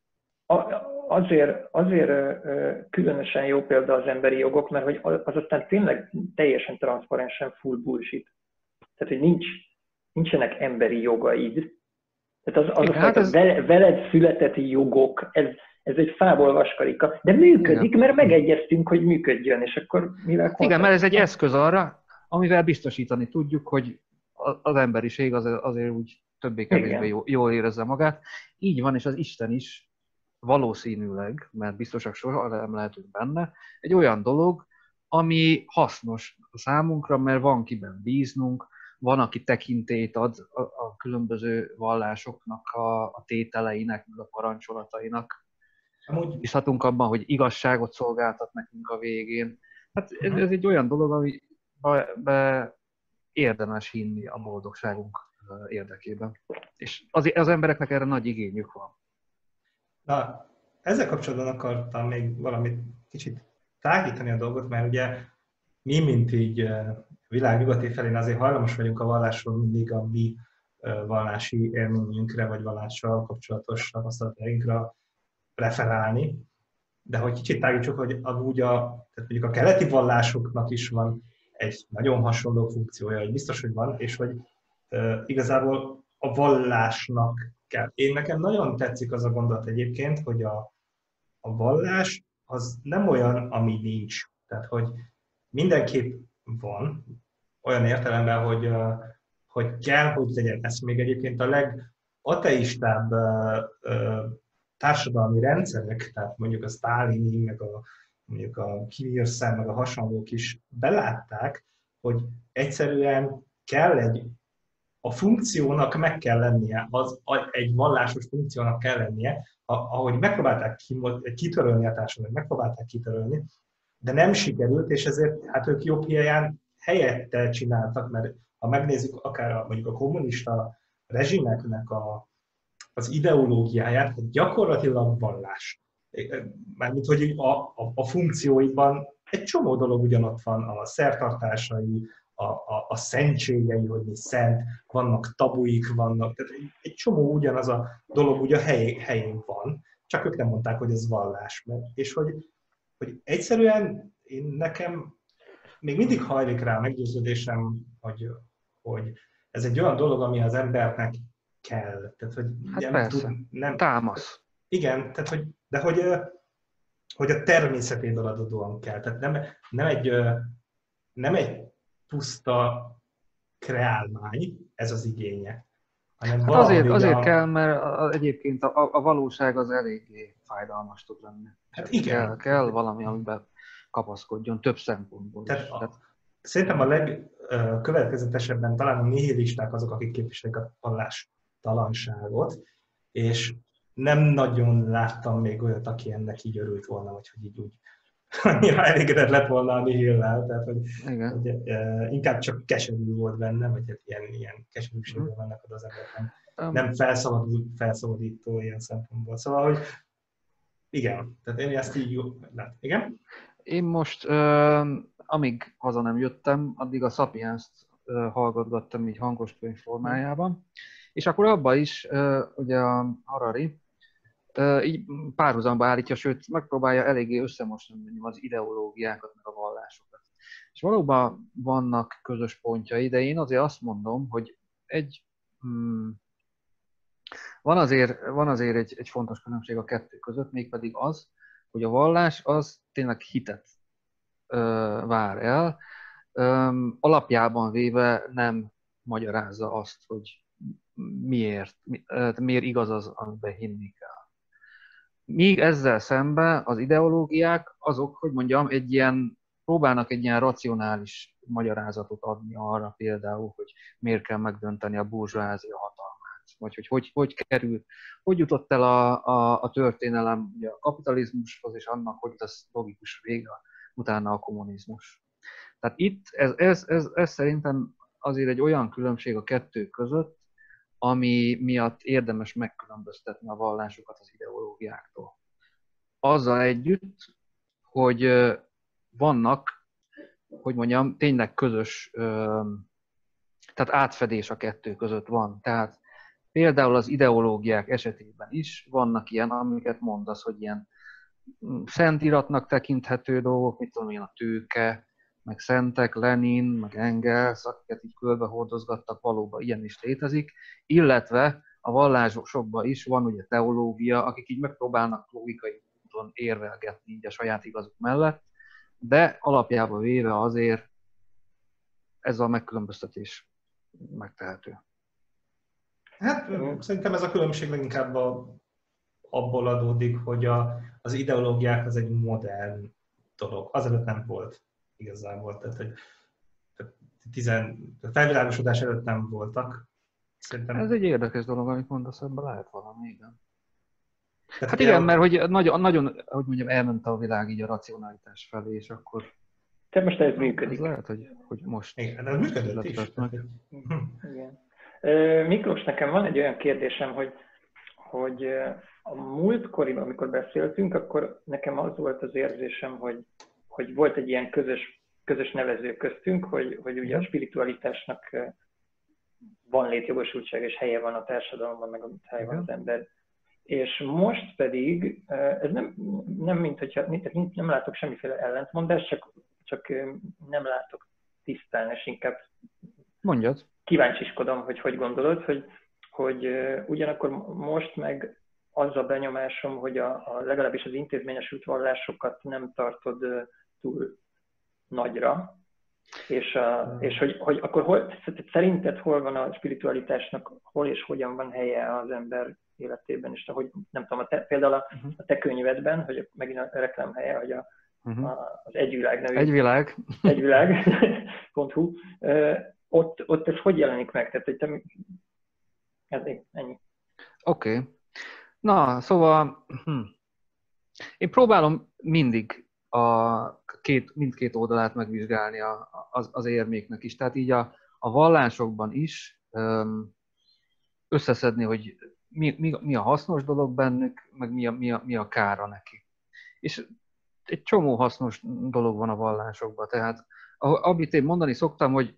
Azért különösen jó példa az emberi jogok, mert hogy az aztán tényleg teljesen transzparensen full bullshit. Tehát, hogy nincsenek emberi jogaid. Tehát az veled született jogok, ez egy fából vaskarika, de működik, igen. Mert megegyeztünk, hogy működjön, és akkor mivel... Igen, mert ez egy eszköz arra, amivel biztosítani tudjuk, hogy az emberiség azért úgy többé-kevésbé jól érezze magát. Így van, és az Isten is valószínűleg, mert biztosak soha nem lehetünk benne, egy olyan dolog, ami hasznos a számunkra, mert van kiben bíznunk, van, aki tekintélyt ad a különböző vallásoknak, a tételeinek, meg a parancsolatainak. Bízhatunk abban, hogy igazságot szolgáltat nekünk a végén. Hát ez egy olyan dolog, amiben érdemes hinni a boldogságunk érdekében. És az embereknek erre nagy igényük van. Na, ezzel kapcsolatban akartam még valamit kicsit tágítani a dolgot, mert ugye mi, mint így világ nyugati felén azért hajlamos vagyunk a vallásról mindig a mi vallási élményünkre, vagy vallással kapcsolatos tapasztalatainkra referálni, de hogy kicsit tágítsuk, hogy amúgy tehát mondjuk a keleti vallásoknak is van egy nagyon hasonló funkciója, hogy biztos, hogy van, és hogy igazából a vallásnak kell. Nekem nagyon tetszik az a gondolat egyébként, hogy a vallás az nem olyan, ami nincs. Tehát, hogy mindenképp van, olyan értelemben, hogy kell, hogy legyen. Ezt még egyébként a legateistább társadalmi rendszerek, tehát mondjuk a sztálini, meg mondjuk a Kim Il-sung, meg a hasonlók is belátták, hogy egyszerűen kell a funkciónak meg kell lennie, egy vallásos funkciónak kell lennie, ahogy megpróbálták kitörölni a társadalmat, megpróbálták kitörölni, de nem sikerült, és ezért hát ők jobb helyettel csináltak, mert ha megnézzük akár mondjuk a kommunista rezsimeknek az ideológiáját, hát gyakorlatilag vallás. Mármint, hogy a funkcióiban egy csomó dolog ugyanott van, a szertartásai, a szentségei, hogy mi szent, vannak tabuik, vannak, tehát egy csomó ugyanaz a dolog ugye a helyén van, csak ők nem mondták, hogy ez vallás. És hogy egyszerűen nekem még mindig hajlik rá a meggyőződésem, hogy ez egy olyan dolog, ami az embernek kell. Tehát, hogy hát persze, támasz. Igen, tehát, hogy a természetéből adódóan kell. Tehát nem egy puszta kreálmány, ez az igénye. Hát azért kell, mert egyébként a valóság az eléggé fájdalmas tud lenni. Hát igen. Kell valami, amiben kapaszkodjon több szempontból is. Szerintem a legkövetkezetesebben talán a nihilisták azok, akik képviselik a vallástalanságot, és nem nagyon láttam még olyat, aki ennek így örült volna, vagy hogy így úgy annyira elégedett lett volna a nihillel, tehát hogy inkább csak keserű volt benne, vagy hát ilyen keserűségben vannak az emberek, nem felszabadító ilyen szempontból. Szóval, hogy igen, tehát én ezt így lát. Igen? Én most, amíg haza nem jöttem, addig a Sapiens-t hallgatgattam így hangos könyv formájában, és akkor abban is ugye a Harari így párhuzamba állítja, sőt megpróbálja eléggé összemosni az ideológiákat, meg a vallásokat. És valóban vannak közös pontjai, de én azért azt mondom, hogy van azért egy fontos különbség a kettő között, mégpedig az, hogy a vallás az tényleg hitet vár el, alapjában véve nem magyarázza azt, hogy miért igaz az, amiben hinni kell. Míg ezzel szemben az ideológiák azok, hogy mondjam, próbálnak egy ilyen racionális magyarázatot adni arra például, hogy miért kell megdönteni a burzsóázia hatalmát, vagy hogy jutott el a történelem ugye a kapitalizmushoz, és annak, hogy ez logikus vége utána a kommunizmus. Tehát itt ez szerintem azért egy olyan különbség a kettő között, ami miatt érdemes megkülönböztetni a vallásokat az ideológiáktól. Azzal együtt, hogy vannak, hogy mondjam, tényleg közös, tehát átfedés a kettő között van. Tehát például az ideológiák esetében is vannak ilyen, amiket mondasz, hogy ilyen szentiratnak tekinthető dolgok, mit tudom én, a tőke, meg szentek, Lenin, meg Engels, akiket így körbehordozgattak, valóban ilyen is létezik, illetve a vallásokban is van ugye teológia, akik így megpróbálnak logikai úton érvelgetni így a saját igazuk mellett, de alapjában véve azért ez a megkülönböztetés megtehető. Hát szerintem ez a különbség leginkább abból adódik, hogy az ideológiák az egy modern dolog. Azelőtt nem volt igazából. Tehát, hogy a felvilágosodás előtt nem voltak. Szerintem... Ez egy érdekes dolog, amit mondasz, ebben lehet valami, igen. Tehát hát igen, mert hogy nagyon, hogy mondjam, elment a világ így a racionalitás felé, és akkor... Tehát most ez működik. Ez lehet, hogy most... Igen, de működött is. Igen. Miklós, nekem van egy olyan kérdésem, hogy a múltkoriban, amikor beszéltünk, akkor nekem az volt az érzésem, hogy volt egy ilyen közös nevező köztünk, hogy ugye a spiritualitásnak van létjogosultság és helye van a társadalomban, meg helye van az ember. És most pedig, ez nem mint hogyha, nem látok semmiféle ellentmondást, csak nem látok tisztán, és inkább mondjad. Kíváncsiskodom, hogy gondolod, hogy ugyanakkor most meg az a benyomásom, hogy legalábbis az intézményesült vallásokat nem tartod túl nagyra, és hogy akkor szerinted hol van a spiritualitásnak, hol és hogyan van helye az ember életében, és hogy nem tudom, például a te könyvedben, hogy megint a reklám helye, hogy az Egyvilág nevű. Egyvilág.hu. Ott ez hogy jelenik meg? Tehát, hogy ennyi. Oké. Na, szóval én próbálom mindig mindkét oldalát megvizsgálni az érméknek is. Tehát így a vallásokban is összeszedni, hogy mi a hasznos dolog bennük, meg mi a kára neki. És egy csomó hasznos dolog van a vallásokban. Tehát amit én mondani szoktam, hogy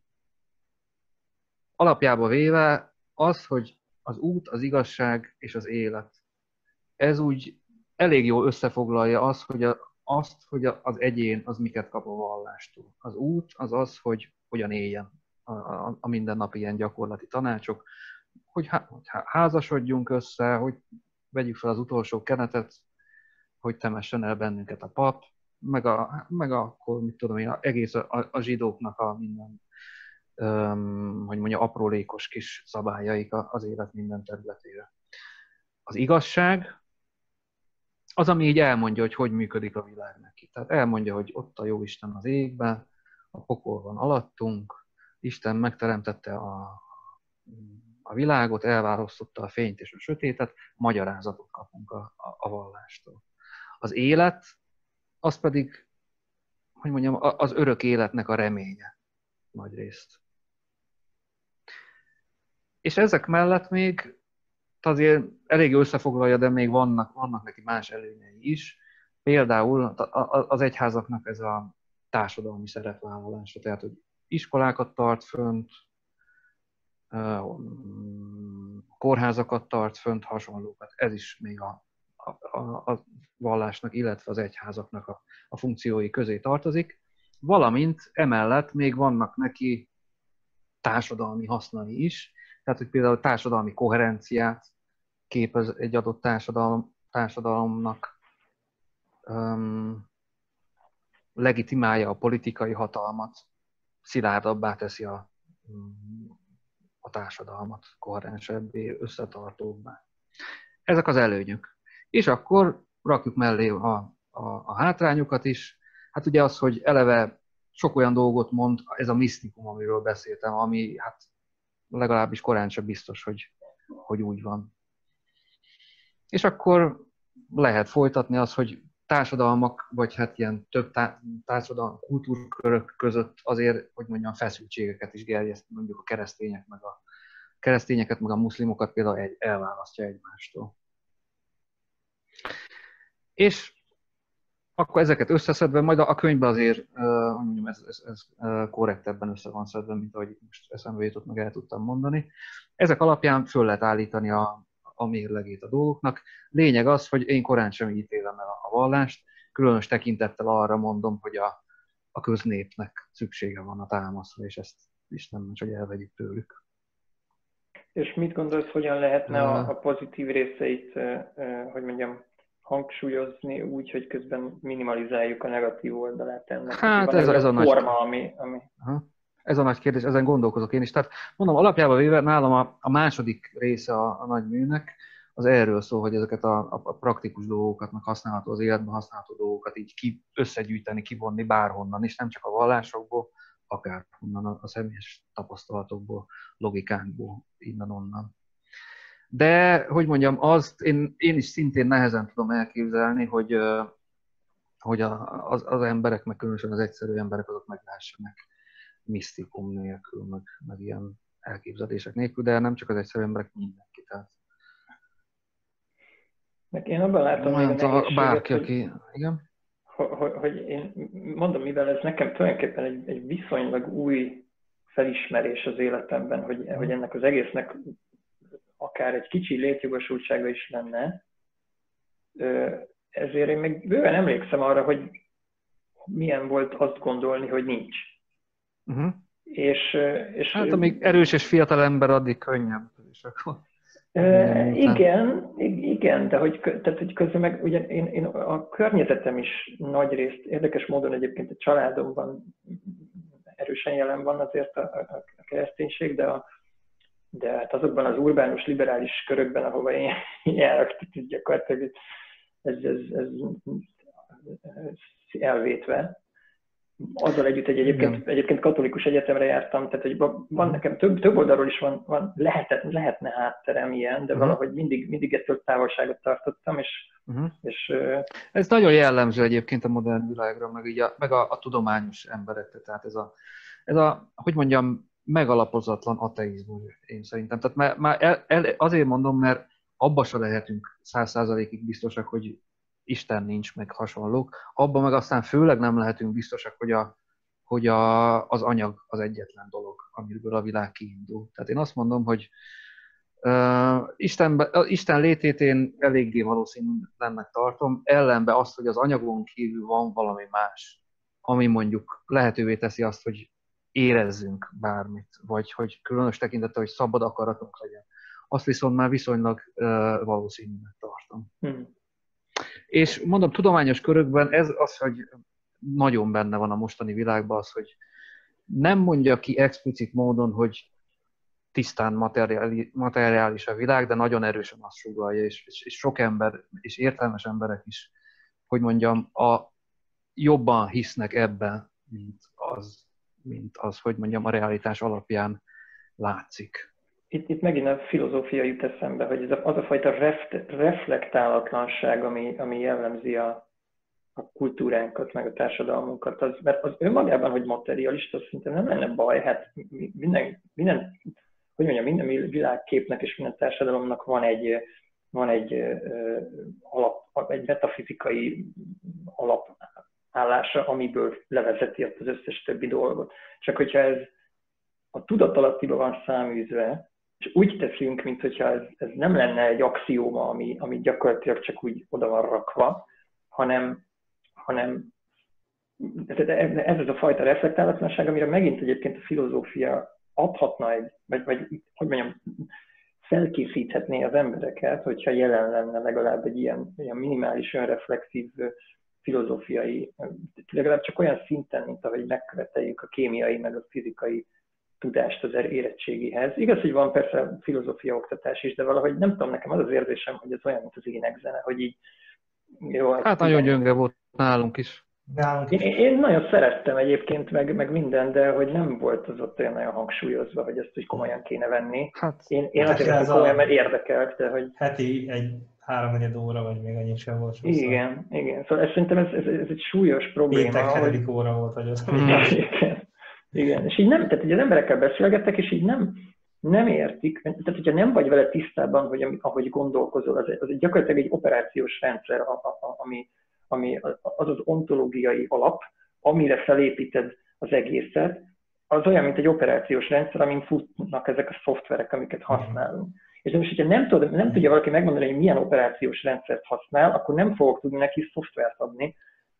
alapjába véve az, hogy az út, az igazság és az élet. Ez úgy elég jól összefoglalja azt, hogy az egyén az miket kap a vallástól. Az út az az, hogy hogyan éljen a mindennapi ilyen gyakorlati tanácsok, hogy házasodjunk össze, hogy vegyük fel az utolsó kenetet, hogy temessen el bennünket a pap, meg akkor, mit tudom én, egész a zsidóknak a minden, hogy mondja, aprólékos kis szabályaik az élet minden területére. Az igazság az, ami így elmondja, hogy működik a világ neki. Tehát elmondja, hogy ott a Jóisten az égben, a pokol van alattunk, Isten megteremtette a világot, elválasztotta a fényt és a sötétet, magyarázatot kapunk a vallástól. Az élet, az pedig, hogy mondjam, az örök életnek a reménye nagyrészt. És ezek mellett még azért elég összefoglalja, de még vannak neki más előnyei is. Például az egyházaknak ez a társadalmi szerepvállalása, tehát hogy iskolákat tart fönt, kórházakat tart fönt, hasonlókat. Ez is még a vallásnak, illetve az egyházaknak a funkciói közé tartozik. Valamint emellett még vannak neki társadalmi hasznai is, tehát hogy például társadalmi koherenciát képez egy adott társadalomnak, legitimálja a politikai hatalmat, szilárdabbá teszi a társadalmat, koherensebbé, összetartóbbá. Ezek az előnyök. És akkor rakjuk mellé a hátrányokat is. Hát ugye az, hogy eleve sok olyan dolgot mond, ez a misztikum, amiről beszéltem, ami hát legalábbis korán sem biztos, hogy úgy van. És akkor lehet folytatni az, hogy társadalmak, vagy hát ilyen több társadalmi kultúrkörök között azért, hogy mondjam, feszültségeket is gerjeszt, mondjuk a keresztényeket, meg a muszlimokat például elválasztja egymástól. És akkor ezeket összeszedve, majd a könyvben azért, hogy mondjam, ez korrektebben össze van szedve, mint ahogy most eszembe jutott, meg el tudtam mondani. Ezek alapján föl lehet állítani a mérlegét a dolgoknak. Lényeg az, hogy én korán sem ítélem el a vallást, különös tekintettel arra mondom, hogy a köznépnek szüksége van a támaszra, és ezt is nem hogy elvegyük tőlük. És mit gondolsz, hogyan lehetne a pozitív részeit, hogy mondjam, hangsúlyozni úgy, hogy közben minimalizáljuk a negatív oldalát ennek? Hát ez a nagy forma, ami... Ez a nagy kérdés, ezen gondolkozok én is. Tehát mondom, alapjában véve nálam a második része a nagy műnek, az erről szól, hogy ezeket a praktikus dolgokat, meg használható, az életben használható dolgokat így összegyűjteni, kivonni bárhonnan, és nem csak a vallásokból, akár honnan a személyes tapasztalatokból, logikánkból, innen-onnan. De, hogy mondjam, azt én is szintén nehezen tudom elképzelni, hogy az emberek, meg különösen az egyszerű emberek azok meglássanak misztikum nélkül, meg ilyen elképzelések nélkül, de nem csak az egyszerű emberek, mindenki. Tehát. Meg én abban látom még a nehézséget, bárki, aki... Igen? Hogy én mondom, mivel ez nekem tulajdonképpen egy viszonylag új felismerés az életemben, hogy ennek az egésznek akár egy kicsi létjogosultsága is lenne, ezért én még bőven emlékszem arra, hogy milyen volt azt gondolni, hogy nincs. Uh-huh. És hát amíg erős és fiatal ember, addig könnyebb. És akkor... Igen, de hogy közben meg ugye én a környezetem is nagy részt, érdekes módon egyébként a családomban erősen jelen van azért a kereszténység, de hát azokban az urbánus, liberális körökben, ahova én járok, gyakorlatilag ez elvétve. Azzal együtt egyébként katolikus egyetemre jártam, tehát hogy van nekem több oldalról is van lehetne hátterem ilyen, de valahogy mindig ettől távolságot tartottam, és ez nagyon jellemző egyébként a modern világra, meg a tudományos emberekre, tehát ez a hogy mondjam, megalapozatlan ateizmus, én szerintem. Tehát már azért mondom, mert abba se lehetünk 100%-ig biztosak, hogy Isten nincs, meg hasonlók. Abban meg aztán főleg nem lehetünk biztosak, hogy az anyag az egyetlen dolog, amiből a világ kiindul. Tehát én azt mondom, hogy Isten létét én eléggé valószínűleg tartom, ellenben azt, hogy az anyagon kívül van valami más, ami mondjuk lehetővé teszi azt, hogy érezzünk bármit, vagy hogy különös tekintettel, hogy szabad akaratunk legyen. Azt viszont már viszonylag valószínűleg tartom. És mondom, tudományos körökben ez az, hogy nagyon benne van a mostani világban az, hogy nem mondja ki explicit módon, hogy tisztán materiális a világ, de nagyon erősen azt sugallja, és sok ember, és értelmes emberek is, hogy mondjam, jobban hisznek ebben, mint az, hogy mondjam, a realitás alapján látszik. Itt megint a filozófia jut eszembe, hogy az a fajta reflektálatlanság, ami jellemzi a kultúránkat, meg a társadalmunkat, mert az önmagában, hogy materialista, szerintem nem lenne baj, hát minden világképnek és minden társadalomnak van egy metafizikai alapállása, amiből levezeti azt az összes többi dolgot. Csak hogyha ez a tudatalattiba van száműzve, és úgy teszünk, mintha ez nem lenne egy axióma, ami gyakorlatilag csak úgy oda van rakva, hanem ez az a fajta reflektálatlanság, amire megint egyébként a filozófia adhatna vagy hogy mondjam, felkészíthetné az embereket, hogyha jelen lenne legalább egy ilyen minimális önreflexív filozófiai, legalább csak olyan szinten, mint ahogy megköveteljük a kémiai meg a fizikai tudást az érettségihez. Igaz, hogy van persze filozófia oktatás is, de valahogy nem tudom, nekem az az érzésem, hogy ez olyan, mint az énekzene, hogy így jó. Hát nagyon gyönge volt nálunk is. Én nagyon szerettem egyébként, meg minden, de hogy nem volt az ott olyan nagyon hangsúlyozva, hogy ezt úgy komolyan kéne venni. Hát, én azért ez komolyan, mert érdekelt, de hogy... Heti egy 3-4 óra, vagy még annyi sem volt. Igen. Szóval szerintem ez egy súlyos probléma. Péntek 7. óra volt, hogy az... Igen, és így nem, tehát ugye az emberekkel beszélgettek, és így nem értik, tehát hogyha nem vagy vele tisztában, hogy ahogy gondolkozol, az gyakorlatilag egy operációs rendszer, ami az ontológiai alap, amire felépíted az egészet, az olyan, mint egy operációs rendszer, amin futnak ezek a szoftverek, amiket használunk. És most, hogyha nem tudja valaki megmondani, hogy milyen operációs rendszert használ, akkor nem fogok tudni neki szoftvert adni.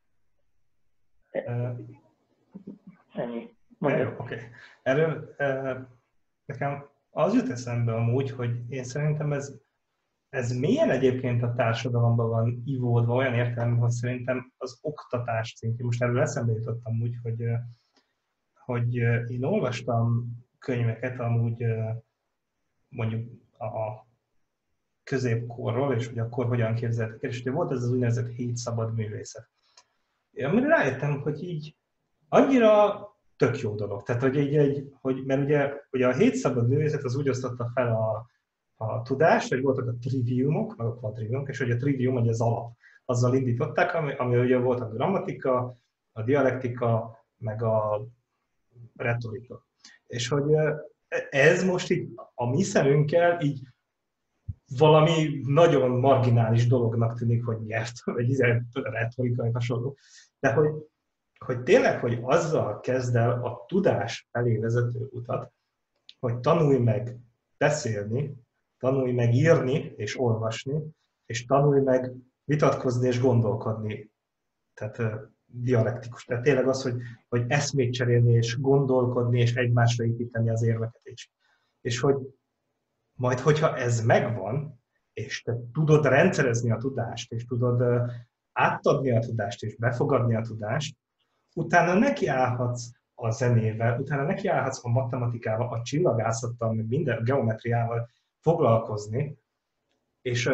Ennyi. Oké. Erről nekem az jut eszembe amúgy, hogy én szerintem ez mélyen egyébként a társadalomban van ivódva, olyan értelemben, hogy szerintem az oktatás szintjén, most erről eszembe jutottam úgy, hogy hogy én olvastam könyveket amúgy mondjuk a középkorról, és hogy akkor hogyan képzeltek el, és volt ez az úgynevezett 7 szabad művészet. Amire rájöttem, hogy így annyira tök jó dolog. Tehát, mert ugye a 7 szabad művészet az úgy osztotta fel a tudást, hogy voltak a triviumok, meg a quadriviumok, és hogy a trivium ugye az alap. Azzal indították, ami ugye volt a grammatika, a dialektika, meg a retorika. És hogy ez most így a mi szemünkkel így valami nagyon marginális dolognak tűnik, hogy nyert, vagy retorikai hasonló. De hogy tényleg, hogy azzal kezd el a tudás felé vezető utat, hogy tanulj meg beszélni, tanulj meg írni és olvasni, és tanulj meg vitatkozni és gondolkodni. Tehát dialektikus. Tehát tényleg az, hogy eszmét cserélni és gondolkodni és egymásra építeni az érveket is. És hogy majd, hogyha ez megvan, és te tudod rendszerezni a tudást, és tudod átadni a tudást, és befogadni a tudást, utána nekiállhatsz a zenével, utána nekiállhatsz a matematikával, a csillagászattal, meg minden geometriával foglalkozni, és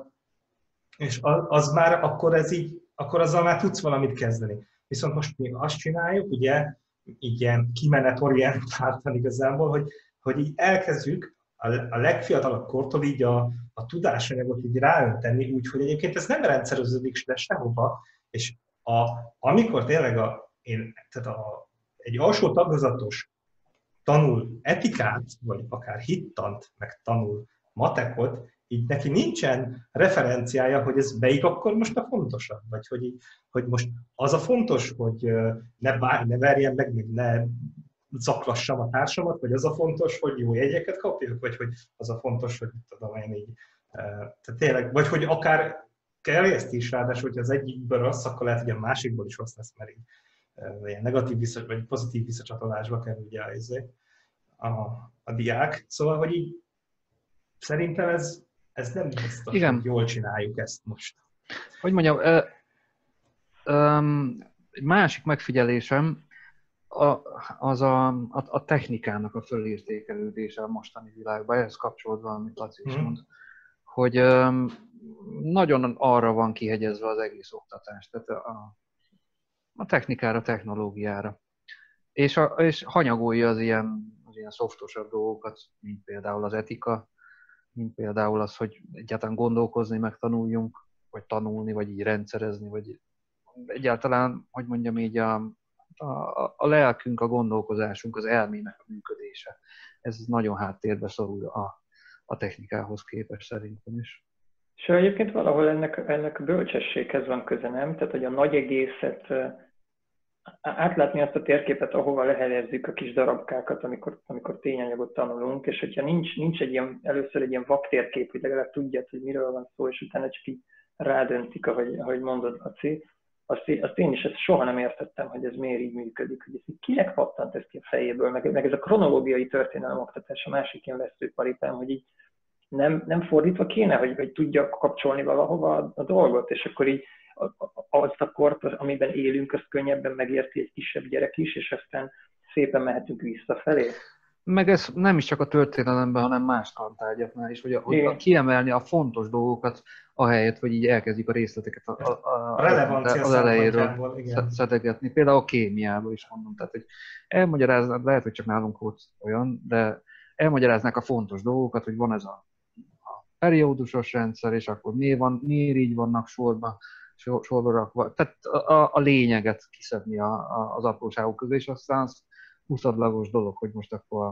az már akkor azzal már tudsz valamit kezdeni. Viszont most mi azt csináljuk, ugye, így ilyen kimenetorientáltan igazából, hogy így elkezdjük a legfiatalabb kortól így a tudásanyagot így ráöntenni, úgyhogy egyébként ez nem rendszereződik de sehova, és amikor tényleg egy alsó tagozatos tanul etikát, vagy akár hittant, meg tanul matekot, így neki nincsen referenciája, hogy ez melyik akkor most a fontosabb, vagy hogy most az a fontos, hogy ne verjen meg ne zaklassam a társamat, vagy az a fontos, hogy jó jegyeket kapjak, vagy hogy az a fontos, hogy tudom én így, tehát tényleg, vagy hogy akár kerjeszt is ráadásul, hogy az egyikből rossz, akkor lehet, hogy a másikból is rossz lesz, mert így ilyen negatív vagy pozitív visszacsatolásba kerül ugye a diák. Szóval, hogy így szerintem ez nem biztos, hogy jól csináljuk ezt most. Hogy mondjam, egy másik megfigyelésem az a technikának a fölértékelődése a mostani világban, ehhez kapcsolódva, amit Laci is mond, hogy nagyon arra van kihegyezve az egész oktatás, tehát a technikára, technológiára. És hanyagolja az ilyen szoftosabb dolgokat, mint például az etika, mint például az, hogy egyáltalán gondolkozni megtanuljunk, vagy tanulni, vagy így rendszerezni, vagy egyáltalán, hogy mondjam így, a lelkünk, a gondolkozásunk, az elmének a működése. Ez nagyon háttérbe szorul a technikához képest szerintem is. És egyébként valahol ennek a bölcsességhez van köze, nem? Tehát, hogy a nagy egészet, átlátni azt a térképet, ahova lehelyezzük a kis darabkákat, amikor tényanyagot tanulunk, és hogyha nincs először egy ilyen vaktérkép, hogy legalább tudjad, hogy miről van szó, és utána csak így rádöntik, ahogy mondod, Laci, azt én is ezt soha nem értettem, hogy ez miért így működik, hogy ezt kinek pattant ezt ki a fejéből, meg ez a kronológiai történelem oktatás a másik ilyen veszőparipám, hogy így nem fordítva kéne, hogy tudja kapcsolni valahova a dolgot, és akkor így azt a kort, amiben élünk, azt könnyebben megérti egy kisebb gyerek is, és aztán szépen mehetünk visszafelé. Meg ez nem is csak a történelemben, hanem más tantárgyaknál is, hogy kiemelni a fontos dolgokat, ahelyett, hogy így elkezdjük a részleteket az elejéről szedegetni. Például a kémiában is mondom. Tehát, hogy elmagyaráznak, lehet, hogy csak nálunk volt olyan, de elmagyaráznák a fontos dolgokat, hogy van ez a periódusos rendszer, és akkor miért így vannak sorba rakva. Tehát a lényeget kiszedni az apróságok közé, és aztán az huszadlagos dolog, hogy most akkor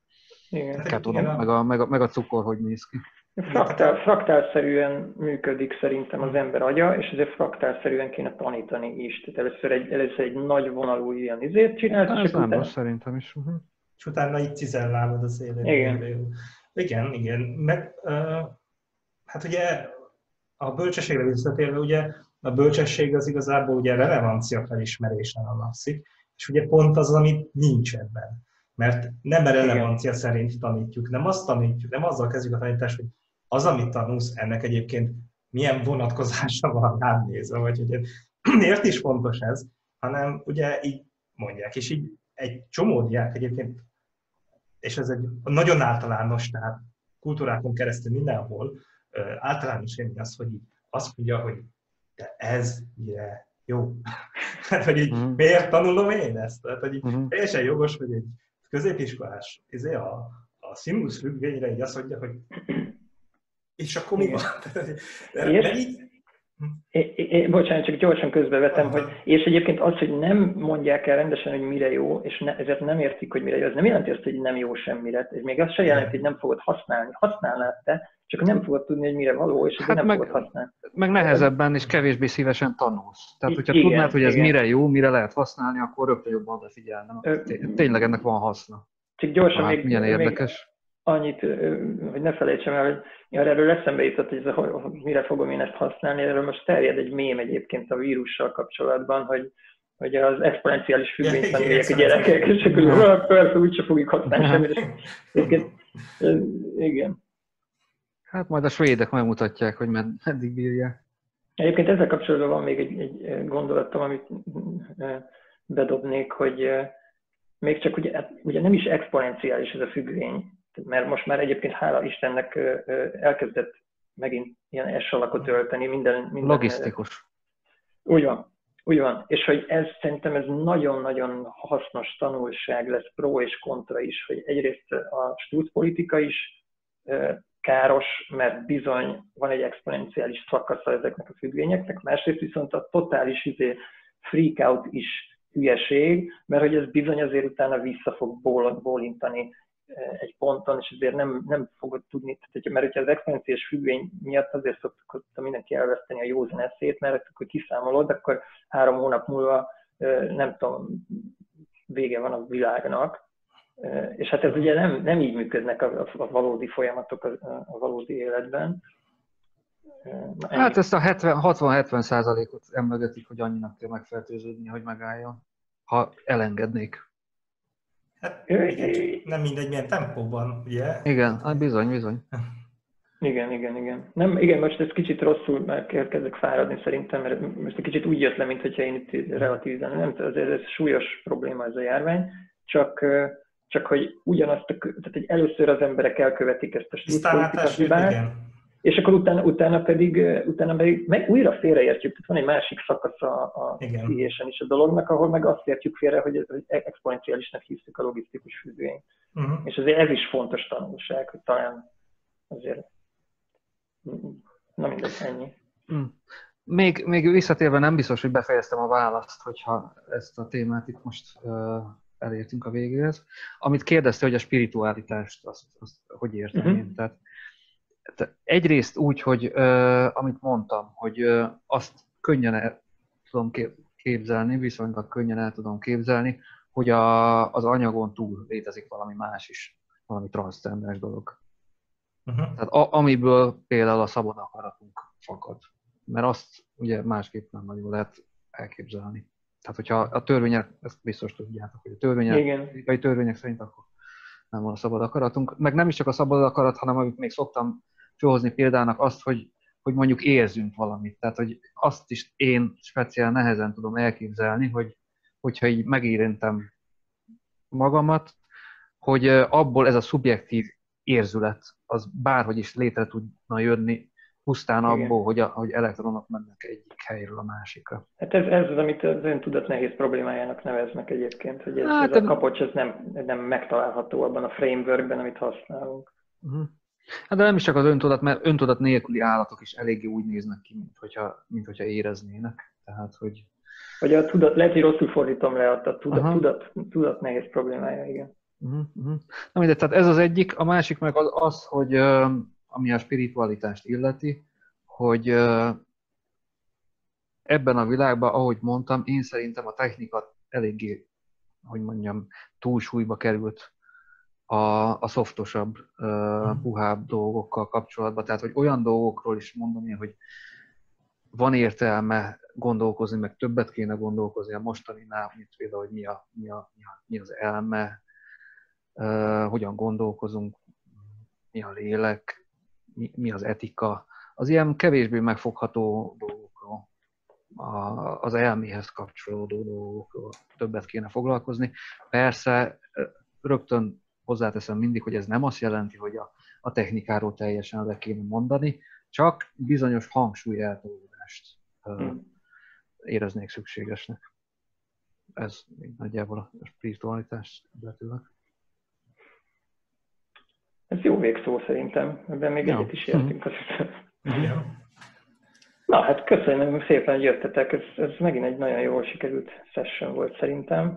meg a cukor hogy néz ki. Fraktálszerűen működik szerintem az ember agya, és ezért fraktálszerűen kéne tanítani is. Tehát először egy nagy vonalú ilyen izét csinálsz, és utána... szerintem is. És utána így cizellálod az élén. Igen. Meg, hát ugye a bölcsességre visszatérve, ugye a bölcsesség az igazából ugye relevancia felismerésen alapszik, és ugye pont az, amit nincs ebben. Mert nem a relevancia szerint tanítjuk, nem azt tanítjuk, nem azzal kezdjük a tanítást, hogy az, amit tanulsz, ennek egyébként milyen vonatkozása van rád nézve, vagy hogy miért is fontos ez, hanem ugye így mondják, és így egy csomó diák egyébként, és ez egy nagyon általános, tehát kultúrákon keresztül mindenhol általános élmény az, hogy így azt mondja, hogy de ez mire jó. Hát, hogy így, miért tanulom én ezt? Tehát, hogy így teljesen jogos, hogy egy középiskolás a szimulus függvényre így azt mondja, hogy és akkor mi van? Bocsánat, csak gyorsan közbevetem, hogy és egyébként az, hogy nem mondják el rendesen, hogy mire jó, és ezért nem értik, hogy mire jó, ez nem jelenti azt, hogy nem jó semmire, és még az se jelenti, hogy nem fogod használni. Használnád te, csak nem fogod tudni, hogy mire való, és hát nem fogod használni. Meg nehezebben és kevésbé szívesen tanulsz. Tehát, hogyha tudnád, hogy ez mire jó, mire lehet használni, akkor rögtön jobban odafigyelnem. Tényleg ennek van haszna. Csak gyorsan még milyen érdekes. Annyit, hogy ne felejtsem el, hogy erről eszembe jutott, hogy mire fogom én ezt használni. Erről most terjed egy mém egyébként a vírussal kapcsolatban, hogy az exponenciális függvényt tanulják a gyerekek, és akkor persze úgyse fogjuk használni semmire. Igen. Hát majd a svédek megmutatják, hogy meddig bírják. Egyébként ezzel kapcsolatban van még egy gondolatom, amit bedobnék, hogy még csak ugye nem is exponenciális ez a függvény, mert most már egyébként hála Istennek elkezdett megint ilyen S-alakot ölteni minden... Logisztikus. Úgy van. És hogy ez szerintem ez nagyon-nagyon hasznos tanulság lesz, pro és kontra is, hogy egyrészt a studipolitika is káros, mert bizony van egy exponenciális szakasza ezeknek a függvényeknek, másrészt viszont a totális freak-out is hülyeség, mert hogy ez bizony azért utána vissza fog bólintani egy ponton, és azért nem fogod tudni, mert hogyha az exponenciális függvény miatt azért szokta mindenki elveszteni a józan eszét, mert akkor kiszámolod, akkor 3 hónap múlva nem tudom, vége van a világnak, és hát ez ugye nem így működnek a valódi folyamatok a valódi életben. Hát ezt a 60-70%-ot emlegetik, hogy annyinak kell megfertőződni, hogy megálljon, ha elengednék. Hát igen, nem mindegy, milyen tempóban, ugye? Igen, hát bizony. Igen. Nem, igen, most ez kicsit rosszul, mert kezdek fáradni szerintem, mert most egy kicsit úgy jött le, mintha én itt relativizálni. Nem, ez súlyos probléma ez a járvány, csak hogy ugyanazt, tehát hogy először az emberek elkövetik ezt a studipolitikai hibát, és akkor utána pedig meg újra félreértjük, tehát van egy másik szakasza a pszichésen is a dolognak, ahol meg azt értjük félre, hogy exponenciálisnak hívjuk a logisztikus függvényt. És azért ez is fontos tanulság, hogy talán azért, na mindegy, ennyi. Még visszatérve nem biztos, hogy befejeztem a választ, hogyha ezt a témát itt most elértünk a végéhez. Amit kérdezte, hogy a spiritualitást, azt hogy értem én. Tehát egyrészt úgy, hogy amit mondtam, hogy azt könnyen el tudom képzelni, viszonylag könnyen el tudom képzelni, hogy az anyagon túl létezik valami más is, valami transzcendens dolog. Tehát amiből például a szabad akaratunk fakad. Mert azt ugye másképp nem nagyon lehet elképzelni. Tehát, hogyha a törvények, ezt biztos tudjátok, hogy a törvények szerint akkor nem van a szabad akaratunk. Meg nem is csak a szabad akarat, hanem amit még szoktam felhozni példának azt, hogy mondjuk érzünk valamit. Tehát, hogy azt is én speciál nehezen tudom elképzelni, hogyha így megérintem magamat, hogy abból ez a szubjektív érzület, az bárhogy is létre tudna jönni, pusztán abból, hogy elektronok mennek egyik helyről a másikra. Hát ez az, amit az öntudat nehéz problémájának neveznek egyébként, hogy ez a kapocs ez nem megtalálható abban a frameworkben, amit használunk. Hát de nem is csak az öntudat, mert öntudat nélküli állatok is eléggé úgy néznek ki, mint hogyha éreznének. Tehát, hogy... Vagy a tudat, lehet, hogy rosszul fordítom le, a tudat nehéz problémája, igen. Na mindegy, tehát ez az egyik, a másik meg az, hogy ami a spiritualitást illeti, hogy ebben a világban, ahogy mondtam, én szerintem a technika eléggé, hogy mondjam, túlsúlyba került a szoftosabb, puhább dolgokkal kapcsolatban. Tehát, hogy olyan dolgokról is mondom én, hogy van értelme gondolkozni, meg többet kéne gondolkozni a mostaninál, mint például, hogy mi az elme, hogyan gondolkozunk, mi a lélek, mi az etika, az ilyen kevésbé megfogható dolgokról. az elméhez kapcsolódó dolgokról többet kéne foglalkozni. Persze rögtön hozzáteszem mindig, hogy ez nem azt jelenti, hogy a technikáról teljesen le kéne mondani, csak bizonyos hangsúlyeltolódást éreznék szükségesnek. Ez nagyjából a spiritualitás betűleg. Ez jó végszó szerintem, ebben még egyet is értünk. Na hát köszönöm szépen, hogy jöttetek, ez megint egy nagyon jól sikerült session volt szerintem.